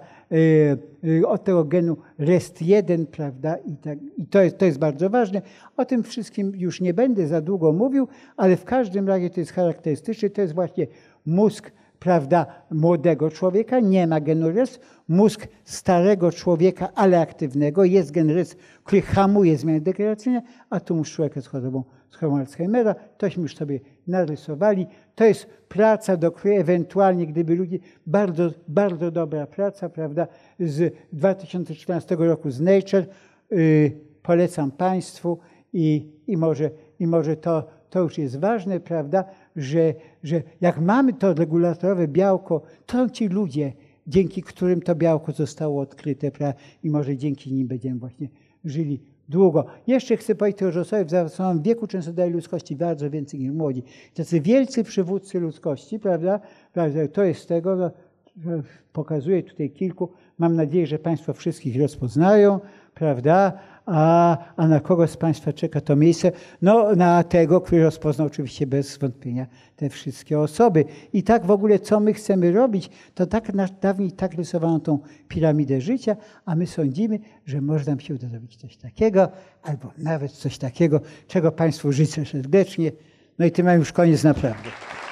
yy, od tego genu R E S T jeden, prawda, i, tak, i to, jest, to jest bardzo ważne. O tym wszystkim już nie będę za długo mówił, ale w każdym razie to jest charakterystyczne, to jest właśnie mózg, prawda, młodego człowieka, nie ma genu R E S. Mózg starego człowieka, ale aktywnego, jest gen R E S, który hamuje zmiany degeneracyjne, a tu mózg człowieka z chorobą, z chorobą Alzheimera. Tośmy już sobie narysowali. To jest praca, do której ewentualnie, gdyby ludzie, bardzo, bardzo dobra praca, prawda, z dwa tysiące czternastego roku z Nature. Yy, polecam Państwu i, i może, i może to, to już jest ważne, prawda, że, że jak mamy to regulatorowe białko, to ci ludzie, dzięki którym to białko zostało odkryte, prawda, i może dzięki nim będziemy właśnie żyli długo. Jeszcze chcę powiedzieć, że osoby w zaawansowanym wieku często dają ludzkości bardzo więcej niż młodzi. Tacy wielcy przywódcy ludzkości, prawda, prawda, to jest z tego, no, pokazuję tutaj kilku. Mam nadzieję, że Państwo wszystkich rozpoznają, prawda? A, a na kogo z Państwa czeka to miejsce? No na tego, który rozpoznał oczywiście bez wątpienia te wszystkie osoby. I tak w ogóle co my chcemy robić, to tak na, dawniej tak rysowano tą piramidę życia, a my sądzimy, że można nam się uda zrobić coś takiego, albo nawet coś takiego, czego Państwu życzę serdecznie. No i tym mam już koniec naprawdę.